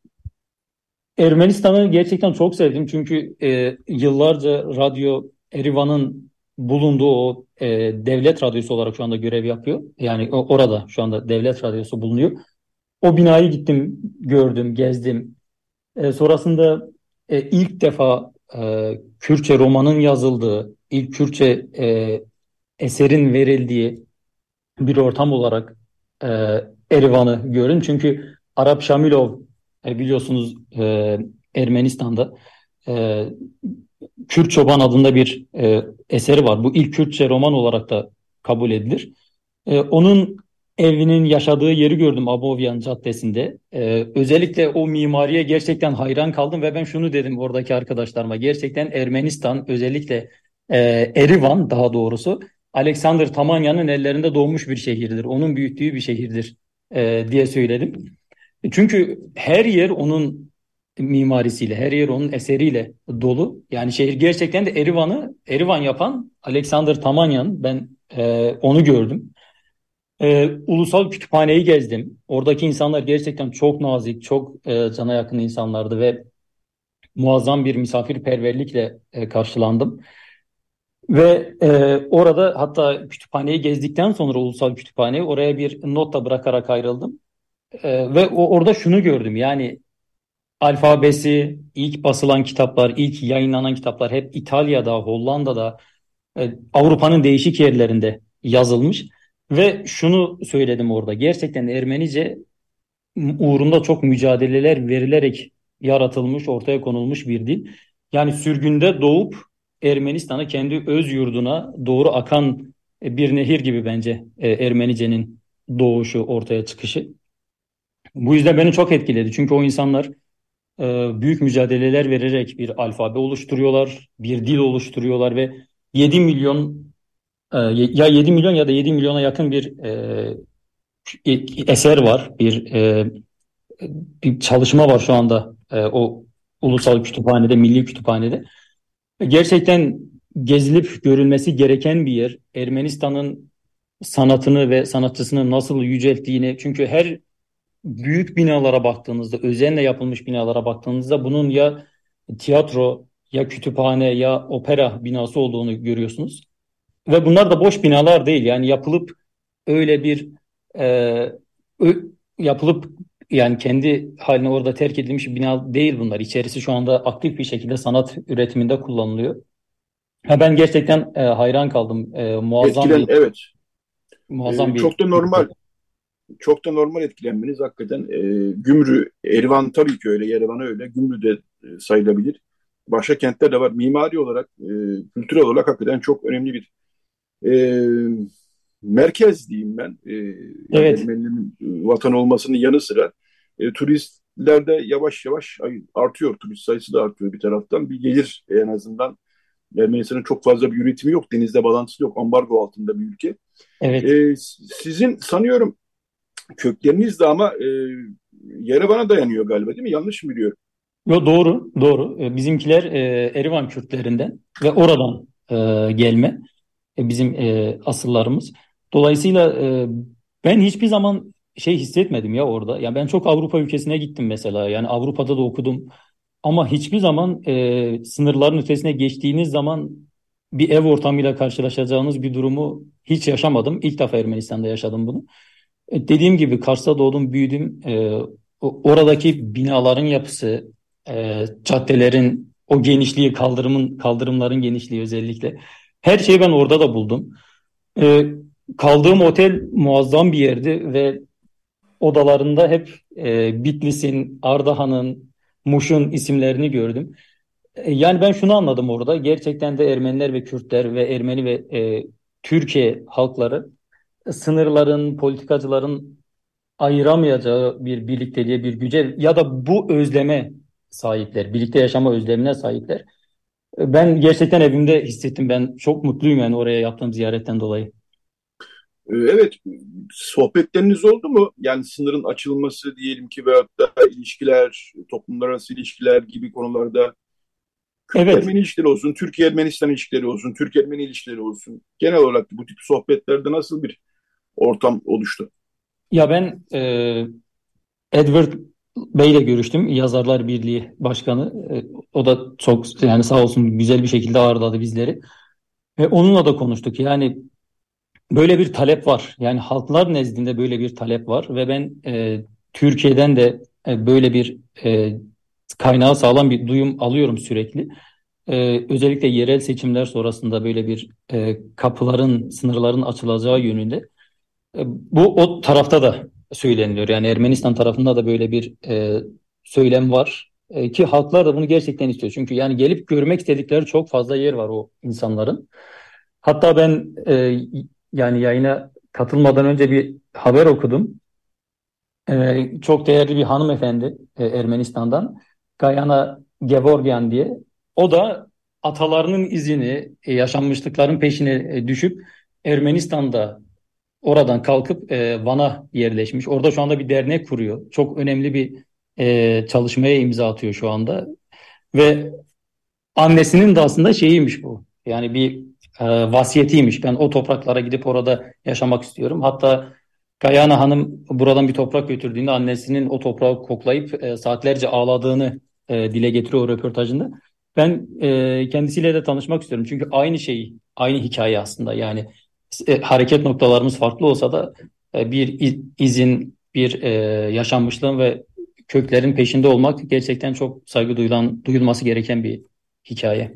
Ermenistan'ı gerçekten çok sevdim çünkü yıllarca Radyo Erivan'ın bulunduğu o devlet radyosu olarak şu anda görev yapıyor. Yani orada şu anda devlet radyosu bulunuyor. O binayı gittim, gördüm, gezdim. Sonrasında ilk defa Kürtçe romanın yazıldığı, ilk Kürtçe eserin verildiği bir ortam olarak e, Erivan'ı gördüm. Çünkü Arap Şamilov biliyorsunuz Ermenistan'da e, Kürt Çoban adında bir eseri var. Bu ilk Kürtçe roman olarak da kabul edilir. Onun evinin yaşadığı yeri gördüm Abovyan Caddesi'nde. Özellikle o mimariye gerçekten hayran kaldım ve ben şunu dedim oradaki arkadaşlarıma. Gerçekten Ermenistan özellikle e, Erivan daha doğrusu Alexander Tamanya'nın ellerinde doğmuş bir şehirdir. Onun büyüttüğü bir şehirdir diye söyledim. Çünkü her yer onun mimarisiyle, her yer onun eseriyle dolu. Yani şehir gerçekten de Erivan yapan Alexander Tamanyan. Ben onu gördüm. Ulusal Kütüphaneyi gezdim. Oradaki insanlar gerçekten çok nazik, çok cana yakın insanlardı ve muazzam bir misafirperverlikle karşılandım. Ve orada hatta kütüphaneyi gezdikten sonra Ulusal Kütüphaneyi oraya bir not da bırakarak ayrıldım. Ve orada şunu gördüm yani alfabesi, ilk basılan kitaplar, ilk yayınlanan kitaplar hep İtalya'da, Hollanda'da, Avrupa'nın değişik yerlerinde yazılmış. Ve şunu söyledim orada. Gerçekten Ermenice uğrunda çok mücadeleler verilerek yaratılmış, ortaya konulmuş bir dil. Yani sürgünde doğup Ermenistan'ı kendi öz yurduna doğru akan bir nehir gibi bence Ermenice'nin doğuşu, ortaya çıkışı. Bu yüzden beni çok etkiledi. Çünkü o insanlar büyük mücadeleler vererek bir alfabe oluşturuyorlar, bir dil oluşturuyorlar ve 7 milyon ya 7 milyon ya da 7 milyona yakın bir eser var, bir çalışma var şu anda o ulusal kütüphanede, milli kütüphanede. Gerçekten gezilip görülmesi gereken bir yer. Ermenistan'ın sanatını ve sanatçısını nasıl yücelttiğini, çünkü her büyük binalara baktığınızda, özenle yapılmış binalara baktığınızda bunun ya tiyatro, ya kütüphane, ya opera binası olduğunu görüyorsunuz. Ve bunlar da boş binalar değil. Yani öyle bir e, ö- yapılıp yani kendi haline orada terk edilmiş bir bina değil bunlar. İçerisi şu anda aktif bir şekilde sanat üretiminde kullanılıyor. Ben gerçekten hayran kaldım. Muazzam Etkilen, bir evet. muazzam bir Çok da normal. Çok da normal etkilenmeniz hakikaten. Gümrü, Erivan tabii ki öyle, Yerevan öyle. Gümrü de sayılabilir. Başka kentler de var. Mimari olarak, kültürel olarak hakikaten çok önemli bir e, merkez diyeyim ben. Yani Evet. Ermenilerin vatan olmasının yanı sıra turistler de yavaş yavaş artıyor. Turist sayısı da artıyor bir taraftan. Bir gelir en azından. Ermenistan'ın çok fazla bir üretimi yok. Denizde bağlantısı yok. Ambargo altında bir ülke. Evet. Sizin sanıyorum kökleriniz de ama Yerevan'a dayanıyor galiba, değil mi? Yanlış mı biliyorum? Yo, doğru, doğru. Bizimkiler Erivan Kürtlerinden ve oradan gelme bizim asıllarımız. Dolayısıyla ben hiçbir zaman şey hissetmedim ya orada. Yani ben çok Avrupa ülkesine gittim mesela. Yani Avrupa'da da okudum. Ama hiçbir zaman sınırların ötesine geçtiğiniz zaman bir ev ortamıyla karşılaşacağınız bir durumu hiç yaşamadım. İlk defa Ermenistan'da yaşadım bunu. Dediğim gibi Kars'ta doğdum, büyüdüm. Oradaki binaların yapısı, caddelerin o genişliği, kaldırımların genişliği özellikle. Her şeyi ben orada da buldum. E, Kaldığım otel muazzam bir yerdi ve odalarında hep Bitlis'in, Ardahan'ın, Muş'un isimlerini gördüm. Yani ben şunu anladım orada. Gerçekten de Ermeniler ve Kürtler ve Ermeni ve Türkiye halkları sınırların, politikacıların ayıramayacağı bir birlikteliğe, bir güce ya da bu özleme sahipler. Birlikte yaşama özlemine sahipler. Ben gerçekten evimde hissettim. Ben çok mutluyum yani oraya yaptığım ziyaretten dolayı. Evet, sohbetleriniz oldu mu? Yani sınırın açılması diyelim ki, veyahut da ilişkiler, toplumlar arası ilişkiler gibi konularda, Evet. Kürt-Ermeni ilişkileri olsun, Türkiye-Ermenistan ilişkileri olsun, Türk-Ermeni ilişkileri olsun. Genel olarak bu tip sohbetlerde nasıl bir ortam oluştu? Ya ben Edward Bey'le görüştüm. Yazarlar Birliği Başkanı. O da çok yani sağ olsun güzel bir şekilde ağırladı bizleri. Ve onunla da konuştuk. Yani böyle bir talep var. Yani halklar nezdinde böyle bir talep var ve ben Türkiye'den de böyle bir kaynağı sağlam bir duyum alıyorum sürekli. Özellikle yerel seçimler sonrasında böyle bir kapıların, sınırların açılacağı yönünde. Bu o tarafta da söyleniliyor. Yani Ermenistan tarafında da böyle bir söylem var. Ki halklar da bunu gerçekten istiyor. Çünkü yani gelip görmek istedikleri çok fazla yer var o insanların. Hatta ben yani yayına katılmadan önce bir haber okudum. Çok değerli bir hanımefendi Ermenistan'dan, Gayana Gevorgyan diye. O da atalarının izini, yaşanmışlıkların peşine düşüp Ermenistan'da oradan kalkıp Van'a yerleşmiş. Orada şu anda bir dernek kuruyor. Çok önemli bir çalışmaya imza atıyor şu anda. Ve annesinin de aslında şeyiymiş bu. Yani bir vasiyetiymiş. Ben o topraklara gidip orada yaşamak istiyorum. Hatta Gayana Hanım buradan bir toprak götürdüğünde annesinin o toprağı koklayıp saatlerce ağladığını dile getiriyor o röportajında. Ben kendisiyle de tanışmak istiyorum. Çünkü aynı şey, aynı hikaye aslında. Yani hareket noktalarımız farklı olsa da bir izin, bir yaşanmışlığın ve köklerin peşinde olmak gerçekten çok saygı duyulması gereken bir hikaye.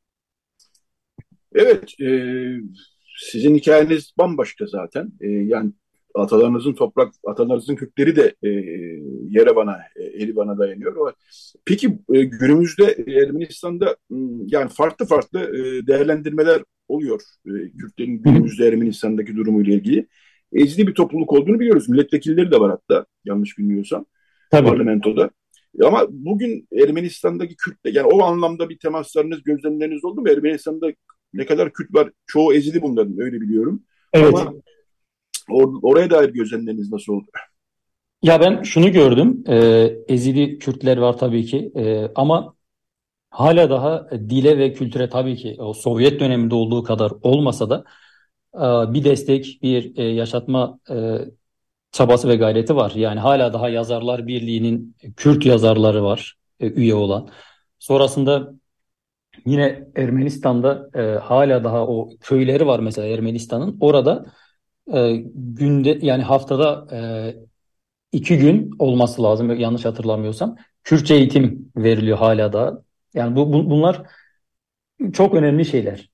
Evet, sizin hikayeniz bambaşka zaten. Yani atalarınızın kökleri de Yerevan'a, Erivan'a dayanıyor. Peki günümüzde Ermenistan'da yani farklı farklı değerlendirmeler oluyor. Kürtlerin Hı hı. günümüzde Ermenistan'daki durumuyla ilgili. Ezili bir topluluk olduğunu biliyoruz. Milletvekilleri de var hatta, yanlış bilmiyorsam, Tabii. parlamentoda. Ama bugün Ermenistan'daki Kürtle, yani o anlamda bir temaslarınız, gözlemleriniz oldu mu? Ermenistan'da ne kadar Kürt var? Çoğu ezidi bunların, öyle biliyorum. Evet. Ama oraya dair gözlemleriniz nasıl oldu? Ya ben şunu gördüm. Ezidi Kürtler var tabii ki. Ama hala daha dile ve kültüre tabii ki o Sovyet döneminde olduğu kadar olmasa da bir destek, bir yaşatma çabası ve gayreti var. Yani hala daha Yazarlar Birliği'nin Kürt yazarları var üye olan. Sonrasında yine Ermenistan'da hala daha o köyleri var mesela Ermenistan'ın. Orada günde yani haftada 2 gün olması lazım yanlış hatırlamıyorsam. Kürtçe eğitim veriliyor hala da. Yani bunlar çok önemli şeyler.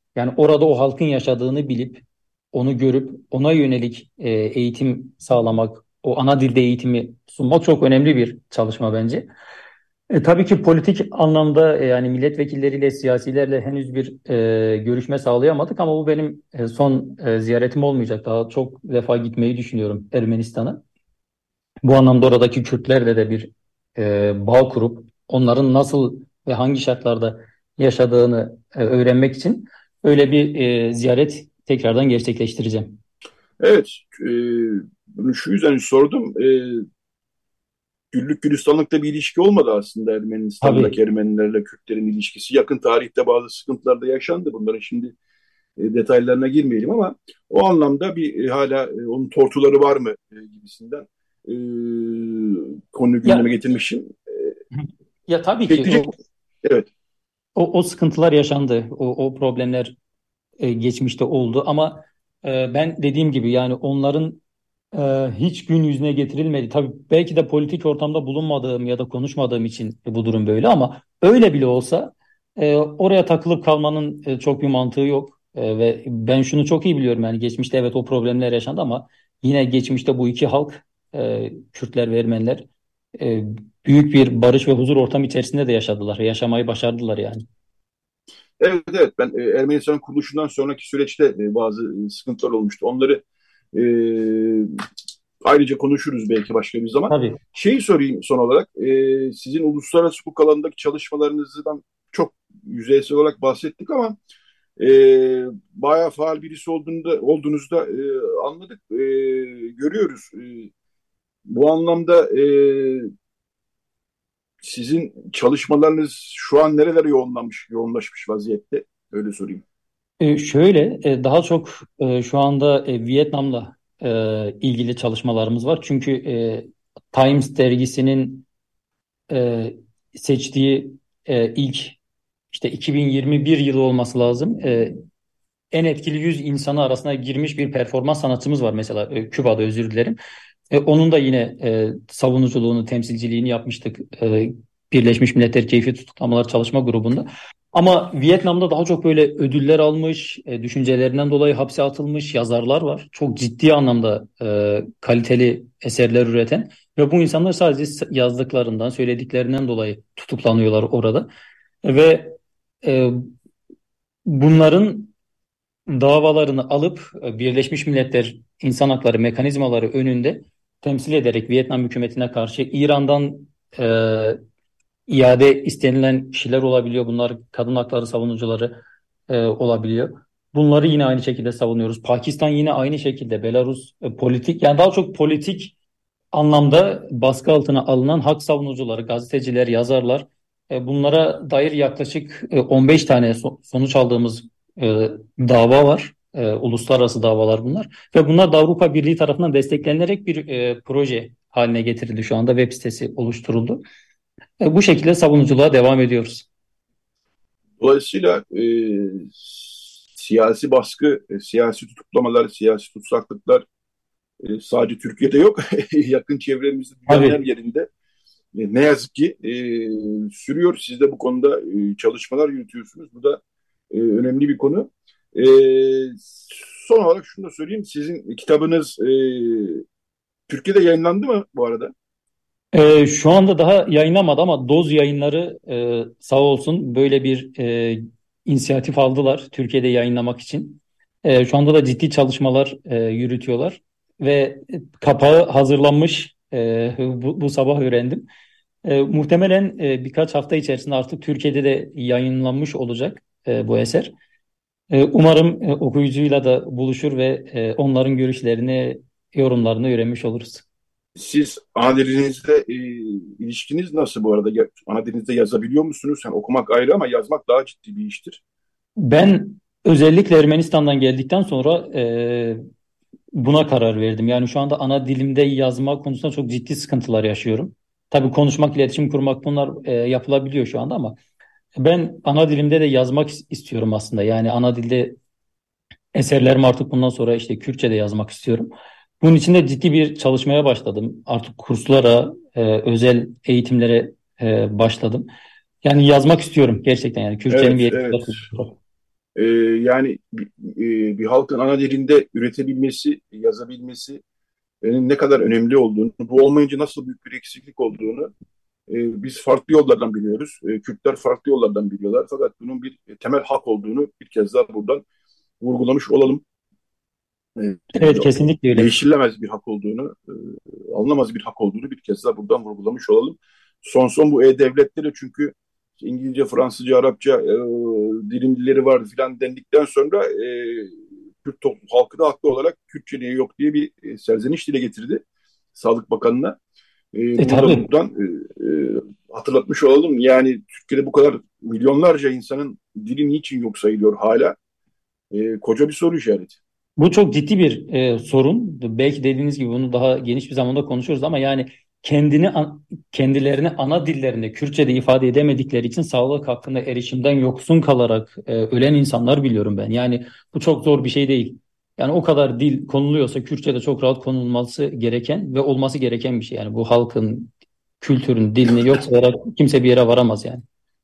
Yani orada o halkın yaşadığını bilip, onu görüp, ona yönelik eğitim sağlamak, o ana dilde eğitimi sunmak çok önemli bir çalışma bence. Tabii ki politik anlamda yani milletvekilleriyle, siyasilerle henüz bir görüşme sağlayamadık ama bu benim son ziyaretim olmayacak. Daha çok defa gitmeyi düşünüyorum Ermenistan'a. Bu anlamda oradaki Kürtlerle de bir bağ kurup onların nasıl ve hangi şartlarda yaşadığını öğrenmek için öyle bir ziyaret tekrardan gerçekleştireceğim. Evet, bunu şu yüzden sordum. Güllük gülistanlıkta bir ilişki olmadı aslında Ermenistan'daki Tabii, Ermenilerle Kürtlerin ilişkisi. Yakın tarihte bazı sıkıntılar da yaşandı. Bunların şimdi detaylarına girmeyelim ama o anlamda bir hala onun tortuları var mı gibisinden e, konu gündeme ya getirmişim. ya tabii ki Bekleyecek. Evet. o sıkıntılar yaşandı. O problemler geçmişte oldu ama ben dediğim gibi yani onların hiç gün yüzüne getirilmedi. Tabii belki de politik ortamda bulunmadığım ya da konuşmadığım için bu durum böyle ama öyle bile olsa oraya takılıp kalmanın çok bir mantığı yok. Ve ben şunu çok iyi biliyorum yani geçmişte evet o problemler yaşandı ama yine geçmişte bu iki halk Kürtler ve Ermeniler e, büyük bir barış ve huzur ortamı içerisinde de yaşadılar. Yaşamayı başardılar yani. Evet, evet. Ben Ermenistan'ın kuruluşundan sonraki süreçte bazı sıkıntılar olmuştu. Onları e, ayrıca konuşuruz belki başka bir zaman. Tabii. Şeyi sorayım son olarak. Sizin uluslararası hukuk alanındaki çalışmalarınızdan çok yüzeysel olarak bahsettik ama e, bayağı faal birisi olduğunuzda anladık, görüyoruz. Bu anlamda sizin çalışmalarınız şu an nerelere yoğunlaşmış vaziyette? Öyle sorayım. Daha çok şu anda Vietnam'la ilgili çalışmalarımız var. Çünkü Times dergisinin e, seçtiği ilk işte 2021 yılı olması lazım. En etkili 100 insanı arasına girmiş bir performans sanatçımız var mesela Küba'da özür dilerim. Onun da yine savunuculuğunu, temsilciliğini yapmıştık Birleşmiş Milletler Keyfi Tutuklamalar Çalışma Grubu'nda. Ama Vietnam'da daha çok böyle ödüller almış, düşüncelerinden dolayı hapse atılmış yazarlar var. Çok ciddi anlamda kaliteli eserler üreten ve bu insanlar sadece yazdıklarından, söylediklerinden dolayı tutuklanıyorlar orada. Ve e, bunların davalarını alıp Birleşmiş Milletler İnsan Hakları mekanizmaları önünde temsil ederek Vietnam hükümetine karşı İran'dan e, iade istenilen kişiler olabiliyor. Bunlar kadın hakları savunucuları olabiliyor. Bunları yine aynı şekilde savunuyoruz. Pakistan yine aynı şekilde. Belarus politik yani daha çok politik anlamda baskı altına alınan hak savunucuları, gazeteciler, yazarlar bunlara dair yaklaşık 15 tane sonuç aldığımız e, dava var. Uluslararası davalar bunlar. Ve bunlar da Avrupa Birliği tarafından desteklenerek bir proje haline getirildi şu anda. Web sitesi oluşturuldu. Bu şekilde savunuculuğa devam ediyoruz. Dolayısıyla siyasi baskı, siyasi tutuklamalar, siyasi tutsaklıklar sadece Türkiye'de yok. Yakın çevremizde dünyanın her Tabii. yerinde ne yazık ki sürüyor. Siz de bu konuda çalışmalar yürütüyorsunuz. Bu da önemli bir konu. E, Son olarak şunu da söyleyeyim. Sizin kitabınız Türkiye'de yayınlandı mı bu arada? Şu anda daha yayınlamadı ama Doz Yayınları sağ olsun böyle bir inisiyatif aldılar Türkiye'de yayınlamak için. Şu anda da ciddi çalışmalar yürütüyorlar ve kapağı hazırlanmış. Bu sabah öğrendim. Muhtemelen birkaç hafta içerisinde artık Türkiye'de de yayınlanmış olacak bu eser. Umarım okuyucuyla da buluşur ve onların görüşlerini, yorumlarını öğrenmiş oluruz. Siz ana dilinizde ilişkiniz nasıl bu arada? Ana dilinizde yazabiliyor musunuz? Yani okumak ayrı ama yazmak daha ciddi bir iştir. Ben özellikle Ermenistan'dan geldikten sonra buna karar verdim. Yani şu anda ana dilimde yazma konusunda çok ciddi sıkıntılar yaşıyorum. Tabii konuşmak, iletişim kurmak bunlar yapılabiliyor şu anda ama ben ana dilimde de yazmak istiyorum aslında. Yani ana dilde eserlerimi artık bundan sonra işte Kürtçe'de yazmak istiyorum. Bunun için de ciddi bir çalışmaya başladım. Artık kurslara, özel eğitimlere başladım. Yani yazmak istiyorum gerçekten yani Kürtçenin Evet, bir evet. etkisi var. Yani bir halkın ana dilinde üretebilmesi, yazabilmesi ne kadar önemli olduğunu, bu olmayınca nasıl büyük bir eksiklik olduğunu biz farklı yollardan biliyoruz. Kürtler farklı yollardan biliyorlar. Fakat bunun bir temel hak olduğunu bir kez daha buradan vurgulamış olalım. E, Evet, kesinlikle öyle. Değişilemez bir hak olduğunu, alınamaz bir hak olduğunu bir kez daha buradan vurgulamış olalım. Son bu e-devletleri, çünkü İngilizce, Fransızca, Arapça dilimleri var filan dendikten sonra Kürt halkı da haklı olarak Kürtçe niye yok diye bir serzeniş dile getirdi Sağlık Bakanı'na. Bunu da Tabii. buradan hatırlatmış olalım. Yani Türkiye'de bu kadar milyonlarca insanın dili niçin yok sayılıyor hala? Koca bir soru işareti. Bu çok ciddi bir sorun. Belki dediğiniz gibi bunu daha geniş bir zamanda konuşuruz ama yani kendilerini ana dillerinde Kürtçe'de ifade edemedikleri için sağlık hakkında erişimden yoksun kalarak ölen insanlar biliyorum ben. Yani bu çok zor bir şey değil. Yani o kadar dil konuluyorsa Kürtçe'de çok rahat konulması gereken ve olması gereken bir şey. Yani bu halkın kültürün, dilini yok sayarak kimse bir yere varamaz yani.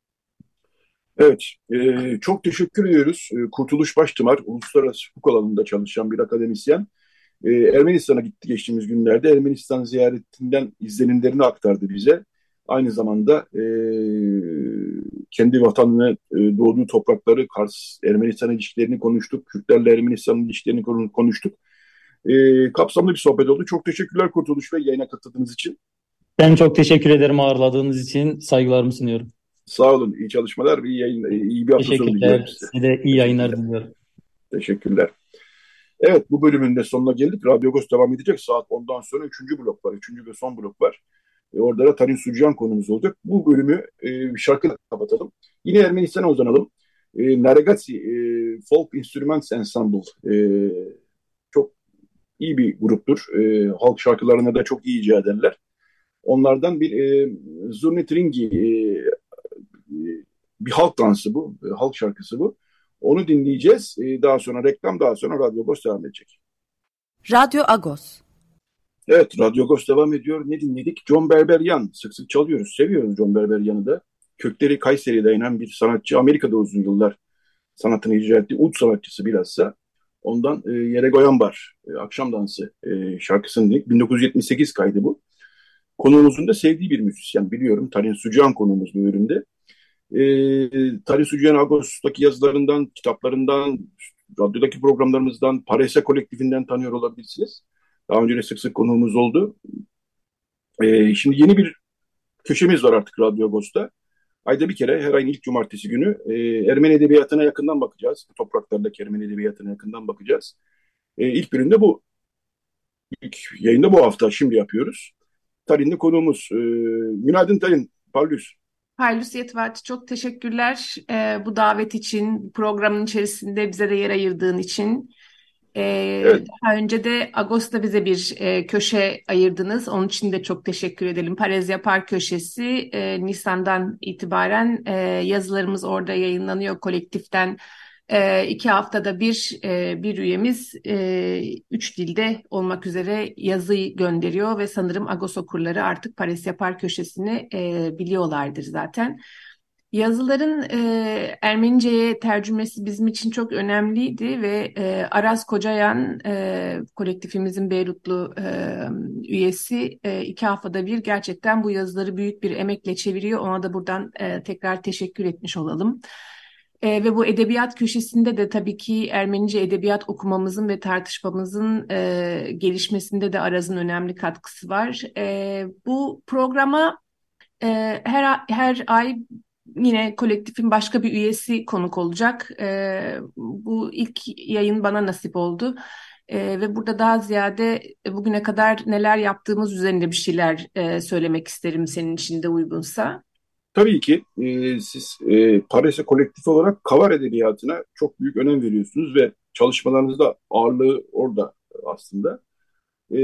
Evet, çok teşekkür ediyoruz. Kurtuluş Baştımar, uluslararası hukuk alanında çalışan bir akademisyen. Ermenistan'a gitti geçtiğimiz günlerde. Ermenistan ziyaretinden izlenimlerini aktardı bize. Aynı zamanda kendi vatanını, doğduğu toprakları, Kars-Ermenistan ilişkilerini konuştuk. Kürtlerle Ermenistan ilişkilerini konuştuk. Kapsamlı bir sohbet oldu. Çok teşekkürler Kurtuluş Bey, yayına katıldığınız için. Ben çok teşekkür ederim ağırladığınız için. Saygılarımı sunuyorum. Sağ olun, iyi çalışmalar, iyi bir hafta sonu diliyorum Teşekkürler. size. Size de iyi yayınlar Teşekkürler. diliyorum. Teşekkürler. Evet, bu bölümün de sonuna geldik. Radyo Agos devam edecek. Saat 10'dan sonra üçüncü blok var. Üçüncü ve son blok var. Orada da Tarin Sucuyan konumuz olacak. Bu bölümü bir şarkıyla kapatalım. Yine Ermenistan'a uzanalım. Naregati Folk Instruments Ensemble. Çok iyi bir gruptur. Halk şarkılarını da çok iyi icra ederler. Onlardan bir Zurnetringi bir halk dansı bu. Halk şarkısı bu. Onu dinleyeceğiz. Daha sonra reklam, daha sonra Radyo Agos devam edecek. Radyo Agos. Evet, Radyo Agos devam ediyor. Ne dinledik? John Berberian. Sık sık çalıyoruz. Seviyoruz John Berberian'ı da. Kökleri Kayseri'ye dayanan bir sanatçı. Amerika'da uzun yıllar sanatını icra etti. Ud sanatçısı bilhassa. Ondan Yere Goyan Bar, Akşam Dansı şarkısını dinledik. 1978 kaydı bu. Konuğumuzun da sevdiği bir müzisyen biliyorum. Tarin Sucuyan konuğumuz bu bölümde. Tarin Sucuyan Agos'taki yazılarından, kitaplarından, radyodaki programlarımızdan, Parese kolektifinden tanıyor olabilirsiniz. Daha önce de sık sık konuğumuz oldu. Şimdi yeni bir köşemiz var artık Radyo Agos'ta. Ayda bir kere her ayın ilk cumartesi günü Ermeni Edebiyatı'na yakından bakacağız. Bu topraklardaki Ermeni Edebiyatı'na yakından bakacağız. İlk bölümde bu. İlk yayında bu hafta şimdi yapıyoruz. Talin'de konuğumuz. Günaydın Talin. Parlus. Haylus Yetvart, çok teşekkürler bu davet için, programın içerisinde bize de yer ayırdığın için. Evet. Daha önce de Ağustos'ta bize bir köşe ayırdınız. Onun için de çok teşekkür edelim. Parez Yapar köşesi Nisan'dan itibaren yazılarımız orada yayınlanıyor kolektiften. 2 haftada bir üyemiz 3 dilde olmak üzere yazı gönderiyor ve sanırım Agos okurları artık Pares Yapar köşesini biliyorlardır zaten. Yazıların Ermenice'ye tercümesi bizim için çok önemliydi ve Aras Kocayan kolektifimizin Beyrutlu üyesi 2 haftada bir gerçekten bu yazıları büyük bir emekle çeviriyor. Ona da buradan tekrar teşekkür etmiş olalım. Ve bu edebiyat köşesinde de tabii ki Ermenice edebiyat okumamızın ve tartışmamızın gelişmesinde de Araz'ın önemli katkısı var. Bu programa her ay yine kolektifin başka bir üyesi konuk olacak. Bu ilk yayın bana nasip oldu. Ve burada daha ziyade bugüne kadar neler yaptığımız üzerinde bir şeyler söylemek isterim senin için de uygunsa. Tabii ki siz Paris'e kolektif olarak kavar edebiyatına çok büyük önem veriyorsunuz ve çalışmalarınızda ağırlığı orada aslında. E,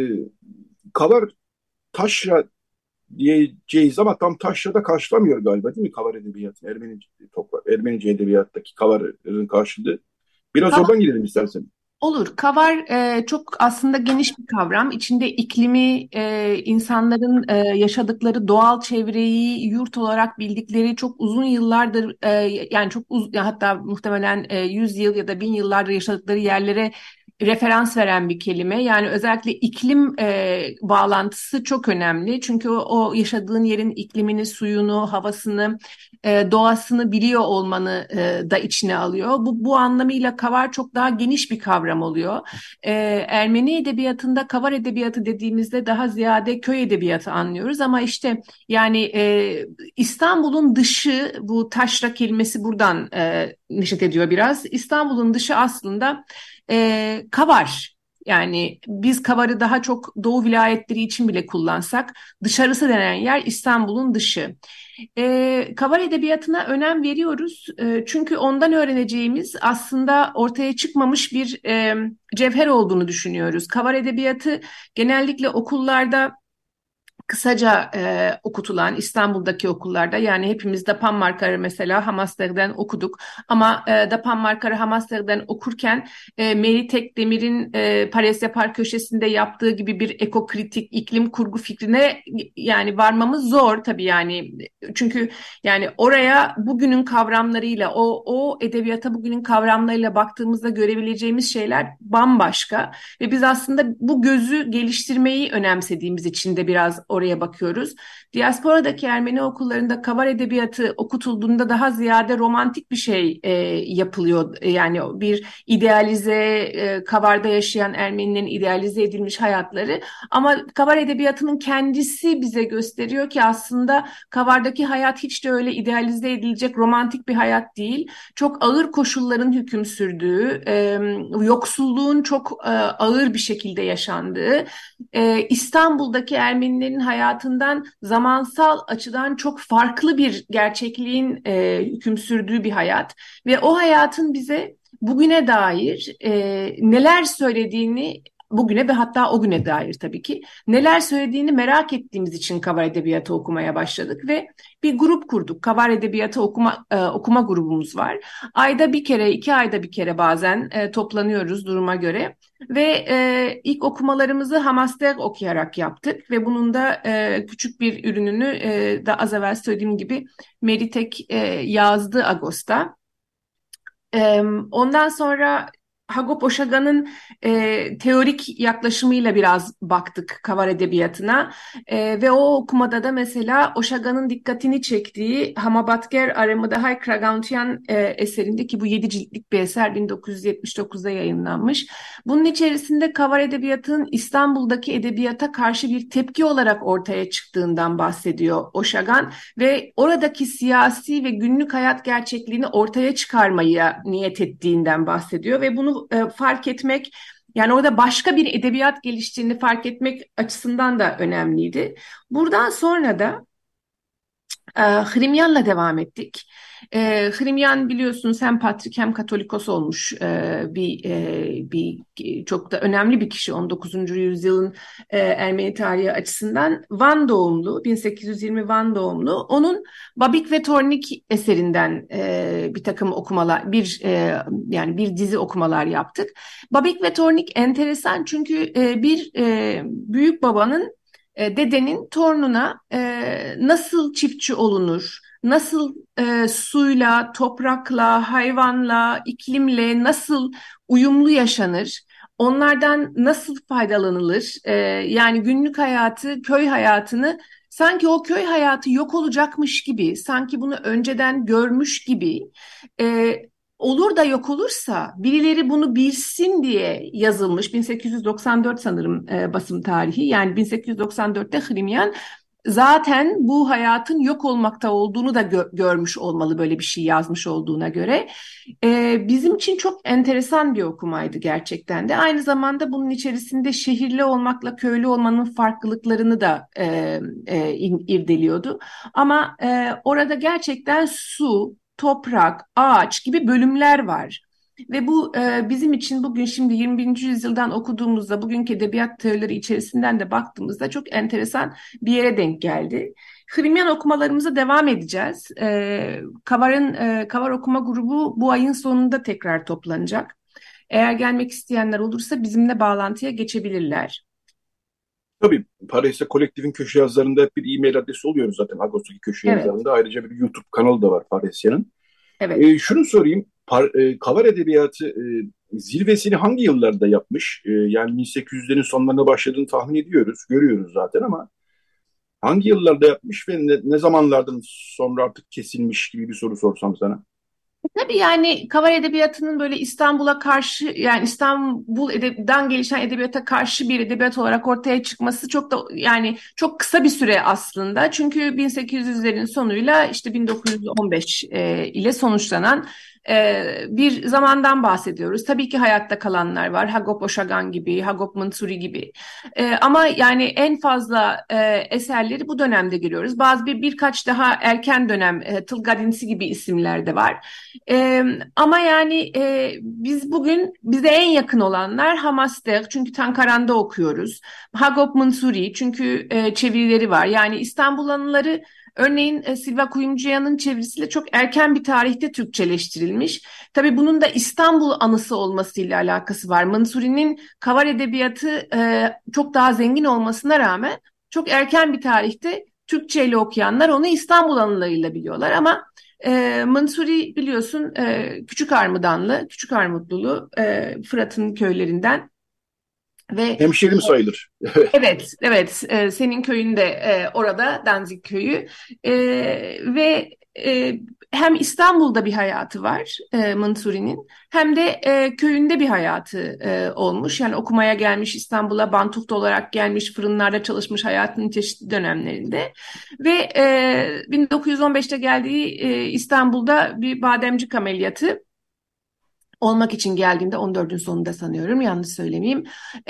Kavar taşra diyeceğiz ama tam taşrada karşılamıyor galiba değil mi kavar edebiyatı? Ermenice edebiyattaki kavarın karşılığı. Biraz oradan girelim istersen. Olur. Kavar çok aslında geniş bir kavram. İçinde iklimi, insanların yaşadıkları doğal çevreyi yurt olarak bildikleri çok uzun yıllardır yani çok hatta muhtemelen 100 yıl ya da 1000 yıllardır yaşadıkları yerlere referans veren bir kelime. Yani özellikle iklim bağlantısı çok önemli. Çünkü o yaşadığın yerin iklimini, suyunu, havasını, doğasını biliyor olmanı da içine alıyor. Bu anlamıyla kavar çok daha geniş bir kavram oluyor. Ermeni edebiyatında kavar edebiyatı dediğimizde daha ziyade köy edebiyatı anlıyoruz ama işte yani İstanbul'un dışı, bu taşra kelimesi buradan neşet ediyor biraz. İstanbul'un dışı aslında kavar. Yani biz kavarı daha çok Doğu vilayetleri için bile kullansak dışarısı denen yer İstanbul'un dışı. Kavar edebiyatına önem veriyoruz. Çünkü ondan öğreneceğimiz aslında ortaya çıkmamış bir cevher olduğunu düşünüyoruz. Kavar edebiyatı genellikle okullarda kısaca okutulan İstanbul'daki okullarda, yani hepimiz Dapan Markar'ı mesela Hamaslar'dan okuduk ama Dapan Markar'ı Hamaslar'dan okurken Meri Tekdemir'in Pares Yapar köşesinde yaptığı gibi bir ekokritik iklim kurgu fikrine yani varmamız zor tabii, yani çünkü yani oraya bugünün kavramlarıyla o edebiyata bugünün kavramlarıyla baktığımızda görebileceğimiz şeyler bambaşka ve biz aslında bu gözü geliştirmeyi önemsediğimiz için de biraz oraya bakıyoruz. Diasporadaki Ermeni okullarında kavar edebiyatı okutulduğunda daha ziyade romantik bir şey yapılıyor. Yani bir idealize, kavarda yaşayan Ermenilerin idealize edilmiş hayatları. Ama kavar edebiyatının kendisi bize gösteriyor ki aslında kavardaki hayat hiç de öyle idealize edilecek romantik bir hayat değil. Çok ağır koşulların hüküm sürdüğü, yoksulluğun çok ağır bir şekilde yaşandığı, İstanbul'daki Ermenilerin hayatından zamansal açıdan çok farklı bir gerçekliğin hüküm sürdüğü bir hayat ve o hayatın bize bugüne dair neler söylediğini, bugüne ve hatta o güne dair tabii ki neler söylediğini merak ettiğimiz için kavar edebiyatı okumaya başladık ve bir grup kurduk. Kavar edebiyatı okuma grubumuz var. Ayda bir kere, 2 ayda bir kere bazen toplanıyoruz duruma göre. Ve ilk okumalarımızı Hamaster okuyarak yaptık ve bunun da küçük bir ürününü da az evvel söylediğim gibi Meritek yazdı Ağustos'ta. Ondan sonra Hagop Oşagan'ın teorik yaklaşımıyla biraz baktık kavar edebiyatına ve o okumada da mesela Oşagan'ın dikkatini çektiği Hamabatger Aramıdahay Kragantian eserinde, ki bu 7 ciltlik bir eser, 1979'da yayınlanmış. Bunun içerisinde kavar edebiyatının İstanbul'daki edebiyata karşı bir tepki olarak ortaya çıktığından bahsediyor Oşagan ve oradaki siyasi ve günlük hayat gerçekliğini ortaya çıkarmaya niyet ettiğinden bahsediyor ve bunu fark etmek, yani orada başka bir edebiyat geliştiğini fark etmek açısından da önemliydi. Buradan sonra da Hrimyan'la devam ettik. Hrimyan biliyorsunuz hem Patrik hem Katolikos olmuş bir çok da önemli bir kişi 19. yüzyılın Ermeni tarihi açısından. Van doğumlu, 1820 Van doğumlu. Onun Babik ve Tornik eserinden bir takım okumalar, yani bir dizi okumalar yaptık. Babik ve Tornik enteresan çünkü bir büyük babanın dedenin torununa nasıl çiftçi olunur, nasıl suyla, toprakla, hayvanla, iklimle nasıl uyumlu yaşanır, onlardan nasıl faydalanılır, yani günlük hayatı, köy hayatını sanki o köy hayatı yok olacakmış gibi, sanki bunu önceden görmüş gibi, olur da yok olursa birileri bunu bilsin diye yazılmış. 1894 sanırım basım tarihi. Yani 1894'te Hrimyan zaten bu hayatın yok olmakta olduğunu da görmüş olmalı, böyle bir şey yazmış olduğuna göre. Bizim için çok enteresan bir okumaydı gerçekten de. Aynı zamanda bunun içerisinde şehirli olmakla köylü olmanın farklılıklarını da irdeliyordu. Ama orada gerçekten su, toprak, ağaç gibi bölümler var. Ve bu bizim için bugün şimdi 21. yüzyıldan okuduğumuzda, bugünkü edebiyat teorileri içerisinden de baktığımızda çok enteresan bir yere denk geldi. Hrimyan okumalarımıza devam edeceğiz. Kavar okuma grubu bu ayın sonunda tekrar toplanacak. Eğer gelmek isteyenler olursa bizimle bağlantıya geçebilirler. Tabii Paris'te kolektifin köşe yazılarında hep bir e-mail adresi oluyoruz zaten Agos'taki köşe Evet, yazılarında. Ayrıca bir YouTube kanalı da var Parisyan'ın. evet. Şunu sorayım, Kavar Edebiyatı zirvesini hangi yıllarda yapmış? Yani 1800'lerin sonlarına başladığını tahmin ediyoruz, görüyoruz zaten ama hangi yıllarda yapmış ve ne zamanlardan sonra artık kesilmiş gibi bir soru sorsam sana. Tabii yani Kavar Edebiyatı'nın böyle İstanbul'a karşı yani İstanbul'dan gelişen edebiyata karşı bir edebiyat olarak ortaya çıkması çok da yani çok kısa bir süre aslında. Çünkü 1800'lerin sonuyla işte 1915 ile sonuçlanan bir zamandan bahsediyoruz. Tabii ki hayatta kalanlar var. Hagop Oşagan gibi, Hagop Mansurî gibi. Ama yani en fazla eserleri bu dönemde görüyoruz. Birkaç daha erken dönem Tılgadinsi gibi isimler de var. Ama yani biz bugün bize en yakın olanlar Hamaster çünkü Tankaran'da okuyoruz. Hagop Mansurî çünkü çevirileri var. Yani İstanbul anıları örneğin Silva Kuyumcuyan'ın çevirisiyle çok erken bir tarihte Türkçeleştirilmiş. Tabii bunun da İstanbul anısı olmasıyla alakası var. Mansuri'nin Kavar edebiyatı çok daha zengin olmasına rağmen çok erken bir tarihte Türkçe ile okuyanlar onu İstanbul anılarıyla biliyorlar ama Mansuri biliyorsun Küçük Armudanlı, Küçük Armutlulu Fırat'ın köylerinden ve Hemşerim sayılır. evet, evet. Senin köyün de orada, Danzig köyü. Ve hem İstanbul'da bir hayatı var Mansuri'nin, hem de köyünde bir hayatı olmuş. Yani okumaya gelmiş İstanbul'a, Bantuk'ta olarak gelmiş, fırınlarda çalışmış hayatının çeşitli dönemlerinde. Ve 1915'te geldiği İstanbul'da bir bademcik ameliyatı olmak için geldiğinde 14'ün sonunda sanıyorum yanlış söylemeyeyim.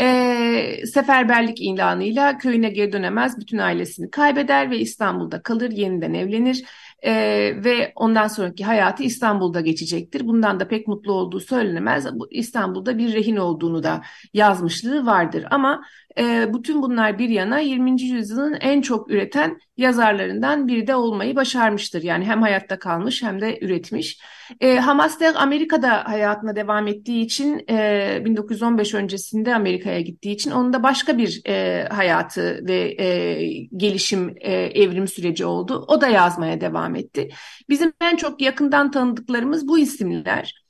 Seferberlik ilanıyla köyüne geri dönemez, bütün ailesini kaybeder ve İstanbul'da kalır, yeniden evlenir. Ve ondan sonraki hayatı İstanbul'da geçecektir. Bundan da pek mutlu olduğu söylenemez. İstanbul'da bir rehin olduğunu da yazmışlığı vardır. Ama bütün bunlar bir yana 20. yüzyılın en çok üreten yazarlarından biri de olmayı başarmıştır. Yani hem hayatta kalmış hem de üretmiş. Hamaster Amerika'da hayatına devam ettiği için 1915 öncesinde Amerika'ya gittiği için onun da başka bir hayatı ve gelişim evrim süreci oldu. O da yazmaya devam etti. Bizim en çok yakından tanıdıklarımız bu isimler.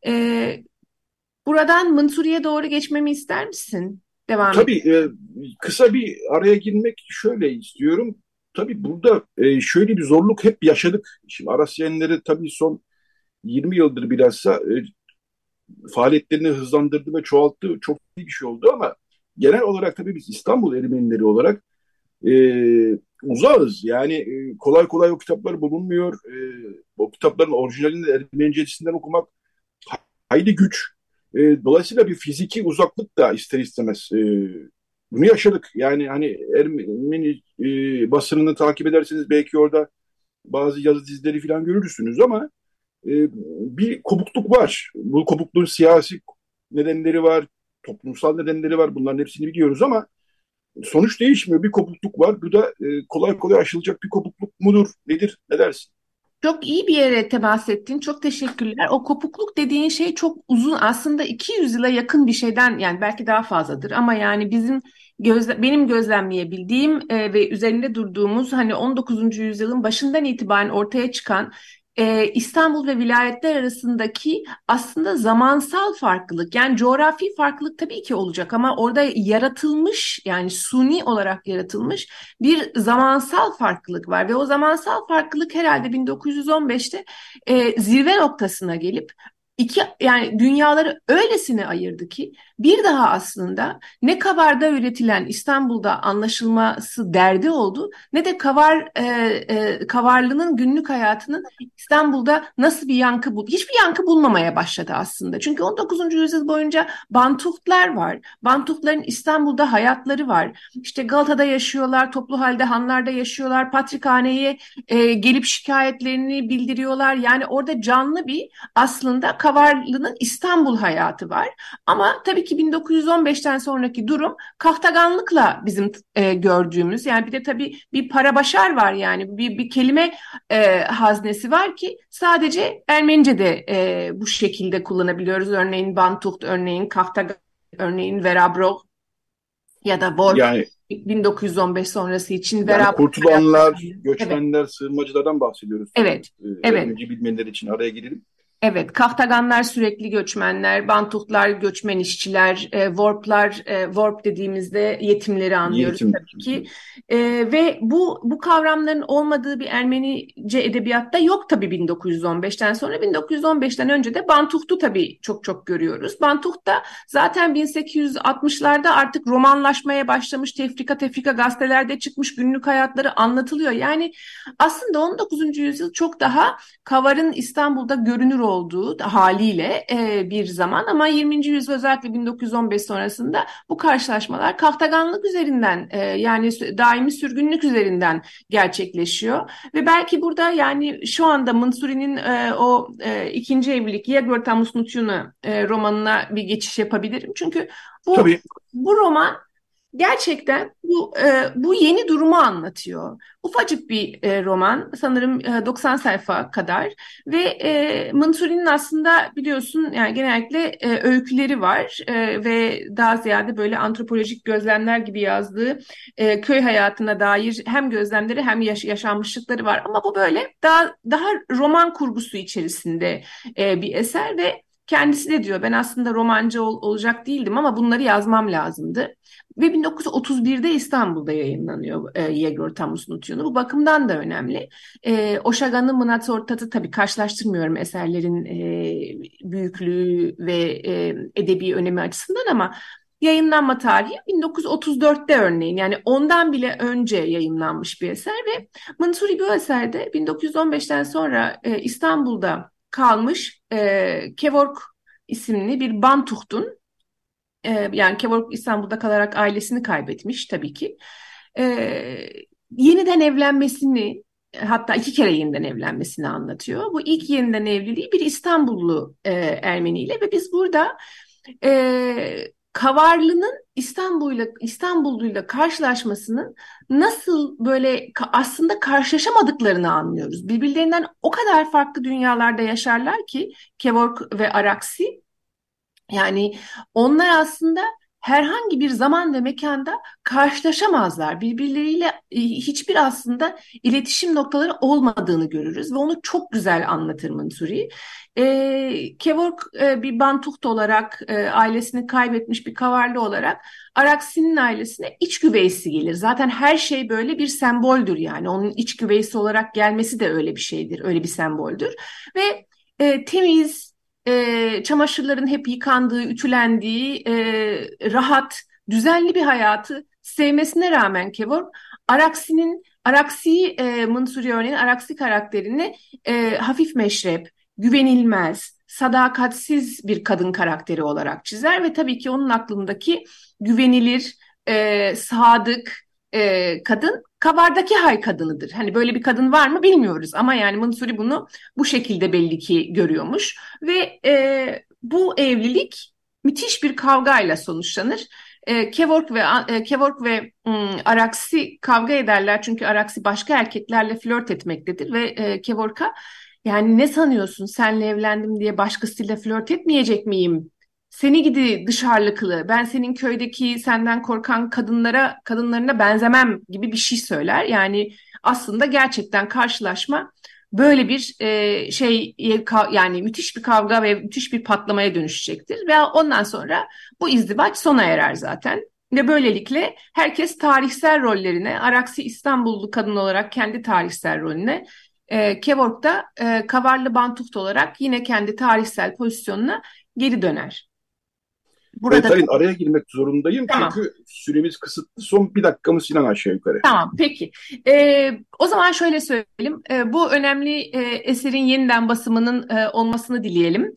Buradan Mansuri'ye doğru geçmemi ister misin? Devam et. Tabii kısa bir araya girmek şöyle istiyorum. Tabii burada şöyle bir zorluk hep yaşadık. Şimdi Aras Yayınları tabii son 20 yıldır bilhassa faaliyetlerini hızlandırdı ve çoğalttı. Çok iyi bir şey oldu ama genel olarak tabii biz İstanbul Ermenileri olarak e, uzağız. Yani kolay kolay o kitaplar bulunmuyor. O kitapların orijinalini Ermenicesinden okumak hayli güç. Dolayısıyla bir fiziki uzaklık da ister istemez. Bunu yaşadık. Yani hani Ermeni basınını takip ederseniz belki orada bazı yazı dizileri falan görürsünüz ama e, bir kopukluk var. Bu kopukluğun siyasi nedenleri var, toplumsal nedenleri var. Bunların hepsini biliyoruz ama sonuç değişmiyor. Bir kopukluk var. Bu da kolay kolay aşılacak bir kopukluk mudur? Nedir? Ne dersin? Çok iyi bir yere temas ettin. Çok teşekkürler. O kopukluk dediğin şey çok uzun. Aslında 200 yıla yakın bir şeyden yani belki daha fazladır ama yani benim gözlemleyebildiğim ve üzerinde durduğumuz hani 19. yüzyılın başından itibaren ortaya çıkan İstanbul ve vilayetler arasındaki aslında zamansal farklılık yani coğrafi farklılık tabii ki olacak ama orada yaratılmış yani suni olarak yaratılmış bir zamansal farklılık var ve o zamansal farklılık herhalde 1915'te zirve noktasına gelip yani dünyaları öylesine ayırdı ki bir daha aslında ne Kavar'da üretilen İstanbul'da anlaşılması derdi oldu ne de Kavarlı'nın günlük hayatının İstanbul'da nasıl bir yankı hiçbir yankı bulmamaya başladı aslında. Çünkü 19. yüzyıl boyunca Bantuhtlar var. Bantuhtların İstanbul'da hayatları var. İşte Galata'da yaşıyorlar, toplu halde hanlarda yaşıyorlar, Patrikhane'ye gelip şikayetlerini bildiriyorlar. Yani orada canlı bir aslında Kavarlı'nın İstanbul hayatı var. Ama tabii ki 1915'ten sonraki durum kaftaganlıkla bizim gördüğümüz, yani bir de tabii bir parabaşar var, yani bir kelime haznesi var ki sadece Ermenice'de bu şekilde kullanabiliyoruz. Örneğin Bantuht, örneğin Kaftagan, örneğin Verabro ya da Vorp. Yani 1915 sonrası için yani Verabro. kurtulanlar, Evet. göçmenler, sığınmacılardan bahsediyoruz. Evet. Evet. Önce bilmeyenler için araya girelim. Evet, Kaftaganlar sürekli göçmenler, Bantuhtlar göçmen işçiler, Vorplar, Vorp dediğimizde yetimleri anlıyoruz Yetim. tabii ki. Ve bu kavramların olmadığı bir Ermenice edebiyatta yok tabii 1915'ten sonra. 1915'ten önce de Bantuht'u tabii çok çok görüyoruz. Bantuht da zaten 1860'larda artık romanlaşmaya başlamış, tefrika gazetelerde çıkmış, günlük hayatları anlatılıyor. Yani aslında 19. yüzyıl çok daha Kavar'ın İstanbul'da görünür olduğu haliyle bir zaman, ama 20. yüzyıl özellikle 1915 sonrasında bu karşılaşmalar kaftaganlık üzerinden, yani daimi sürgünlük üzerinden gerçekleşiyor ve belki burada, yani şu anda Mansur'un o ikinci evlilik Yegor Tamusnutyunu romanına bir geçiş yapabilirim, çünkü Tabii. bu roman gerçekten bu yeni durumu anlatıyor. Ufacık bir roman, sanırım 90 sayfa kadar ve Mansur'un aslında biliyorsun, yani genellikle öyküleri var ve daha ziyade böyle antropolojik gözlemler gibi yazdığı köy hayatına dair hem gözlemleri hem yaşanmışlıkları var. Ama bu böyle daha roman kurgusu içerisinde bir eser ve kendisi de diyor, ben aslında romancı olacak değildim ama bunları yazmam lazımdı. Ve 1931'de İstanbul'da yayınlanıyor Yegor Tamusnutyunu. Bu bakımdan da önemli. Oşagan'ın Mınatortat'ı tabii karşılaştırmıyorum eserlerin büyüklüğü ve edebi önemi açısından, ama yayınlanma tarihi 1934'te örneğin, yani ondan bile önce yayınlanmış bir eser ve Mansuri bu eserde 1915'ten sonra İstanbul'da kalmış Kevork isimli bir Bantuht'un, yani Kevork İstanbul'da kalarak ailesini kaybetmiş tabii ki. Yeniden evlenmesini, hatta 2 kere yeniden evlenmesini anlatıyor. Bu ilk yeniden evliliği bir İstanbullu Ermeni ile ve biz burada Kavarlı'nın İstanbulluyla karşılaşmasının nasıl böyle aslında karşılaşamadıklarını anlıyoruz. Birbirlerinden o kadar farklı dünyalarda yaşarlar ki Kevork ve Araksi. Yani onlar aslında herhangi bir zaman ve mekanda karşılaşamazlar. Birbirleriyle hiçbir aslında iletişim noktaları olmadığını görürüz ve onu çok güzel anlatır Mansuri. Kevork bir Bantuht olarak, ailesini kaybetmiş bir Kavarlı olarak Araksi'nin ailesine iç güveysi gelir. Zaten her şey böyle bir semboldür yani. Onun iç güveysi olarak gelmesi de öyle bir şeydir, öyle bir semboldür. Ve temiz, çamaşırların hep yıkandığı, ütülendiği, rahat, düzenli bir hayatı sevmesine rağmen Kevork, Araksi'yi Mansuri örneğin Araksi karakterini hafif meşrep, güvenilmez, sadakatsiz bir kadın karakteri olarak çizer ve tabii ki onun aklındaki güvenilir, sadık kadın Kavar'daki Hay kadınıdır. Hani böyle bir kadın var mı bilmiyoruz ama yani Mansuri bunu bu şekilde belli ki görüyormuş ve bu evlilik müthiş bir kavgayla sonuçlanır. Kevork ve Araksi kavga ederler çünkü Araksi başka erkeklerle flört etmektedir ve Kevork'a, yani ne sanıyorsun, senle evlendim diye başkasıyla flört etmeyecek miyim? Seni gidi dışarılıklı, ben senin köydeki senden korkan kadınlarına benzemem gibi bir şey söyler. Yani aslında gerçekten karşılaşma böyle bir yani müthiş bir kavga ve müthiş bir patlamaya dönüşecektir. Ve ondan sonra bu izdivaç sona erer zaten. Ve böylelikle herkes tarihsel rollerine, Araksi İstanbullu kadın olarak kendi tarihsel rolüne, Kevork da Kavarlı Bantuht olarak yine kendi tarihsel pozisyonuna geri döner. Burada Sayın, araya girmek zorundayım tamam. Çünkü süremiz kısıtlı. Son 1 dakikamız falan aşağı yukarı. Tamam, peki. O zaman şöyle söyleyeyim. Bu önemli eserin yeniden basımının olmasını dileyelim.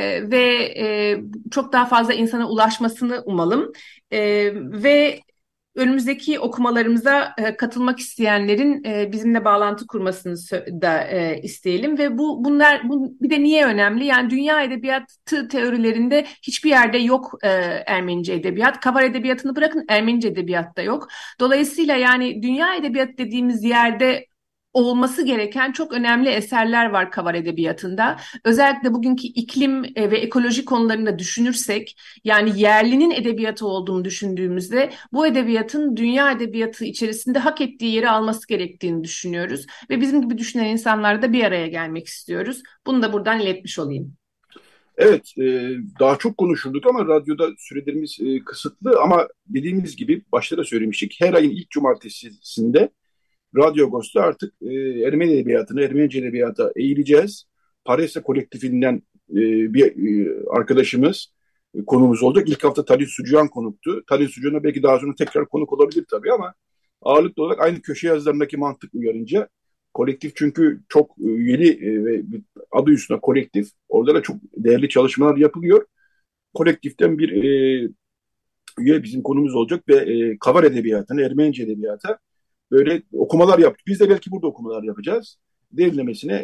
Ve çok daha fazla insana ulaşmasını umalım. Ve önümüzdeki okumalarımıza katılmak isteyenlerin bizimle bağlantı kurmasını da isteyelim ve bu bir de niye önemli? Yani dünya edebiyatı teorilerinde hiçbir yerde yok Ermenice edebiyat. Kavar edebiyatını bırakın, Ermenice edebiyat da yok. Dolayısıyla yani dünya edebiyatı dediğimiz yerde olması gereken çok önemli eserler var Kavar edebiyatında. Özellikle bugünkü iklim ve ekoloji konularını da düşünürsek, yani yerlinin edebiyatı olduğunu düşündüğümüzde bu edebiyatın dünya edebiyatı içerisinde hak ettiği yeri alması gerektiğini düşünüyoruz. Ve bizim gibi düşünen insanlarla da bir araya gelmek istiyoruz. Bunu da buradan iletmiş olayım. Evet, daha çok konuşurduk ama radyoda sürelerimiz kısıtlı ama dediğimiz gibi başta da söylemiştik. Her ayın ilk cumartesisinde Radyo Agos'ta artık Ermeni edebiyatına, Ermenice edebiyata eğileceğiz. Pares'e kolektifinden bir arkadaşımız konuğumuz olacak. İlk hafta Talin Sucuyan konuktu. Talin Sucuyan'a belki daha sonra tekrar konuk olabilir tabii ama ağırlıklı olarak aynı köşe yazılarındaki mantık uyarınca kolektif çünkü çok yeni ve adı üstüne kolektif. Orada da çok değerli çalışmalar yapılıyor. Kolektiften bir üye bizim konumuz olacak ve Kavar Edebiyatı'na, Ermenice Edebiyat'a böyle okumalar yaptık. Biz de belki burada okumalar yapacağız. Derinlemesine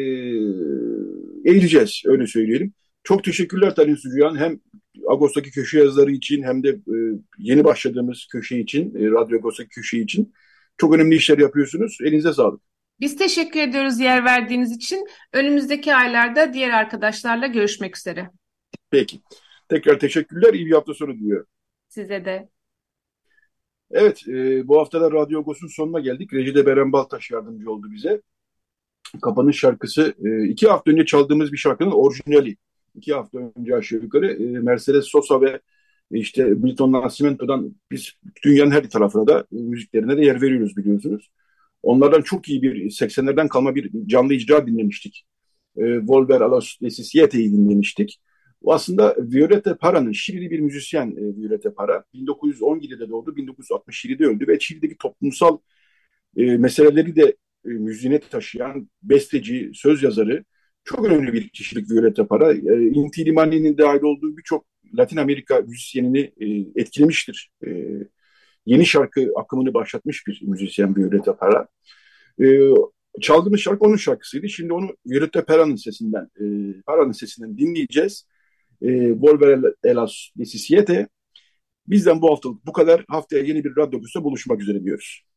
eğileceğiz, öyle söyleyelim. Çok teşekkürler Talin Sucuyan. Hem Ağustos'taki köşe yazıları için hem de yeni başladığımız köşe için, Radyo Ağustos'taki köşe için çok önemli işler yapıyorsunuz. Elinize sağlık. Biz teşekkür ediyoruz yer verdiğiniz için. Önümüzdeki aylarda diğer arkadaşlarla görüşmek üzere. Peki. Tekrar teşekkürler. İyi bir hafta sonu diliyorum. Size de. Evet, bu hafta da Radyo Agos'un sonuna geldik. Recide Beren Baltaş yardımcı oldu bize. Kapanış şarkısı 2 hafta önce çaldığımız bir şarkının orijinali. 2 hafta önce aşağı yukarı Mercedes Sosa ve işte Milton Nascimento'dan biz dünyanın her tarafına da müziklerine de yer veriyoruz biliyorsunuz. Onlardan çok iyi bir 80'lerden kalma bir canlı icra dinlemiştik. Volver a los 17'yi dinlemiştik. O aslında Violeta Parra'nın, Şilili bir müzisyen Violeta Parra. 1917'de doğdu, 1967'de öldü ve Şili'deki toplumsal meseleleri de müziğine taşıyan besteci, söz yazarı çok önemli bir kişilik Violeta Parra. Inti Illimani'nin dahil olduğu birçok Latin Amerika müzisyenini etkilemiştir. Yeni şarkı akımını başlatmış bir müzisyen Violeta Parra. Çaldığımız şarkı onun şarkısıydı. Şimdi onu Violeta Parra'nın sesinden dinleyeceğiz. Volver a las 17. Bizden bu haftalık bu kadar. Haftaya yeni bir Radyo Agos'ta buluşmak üzere diyoruz.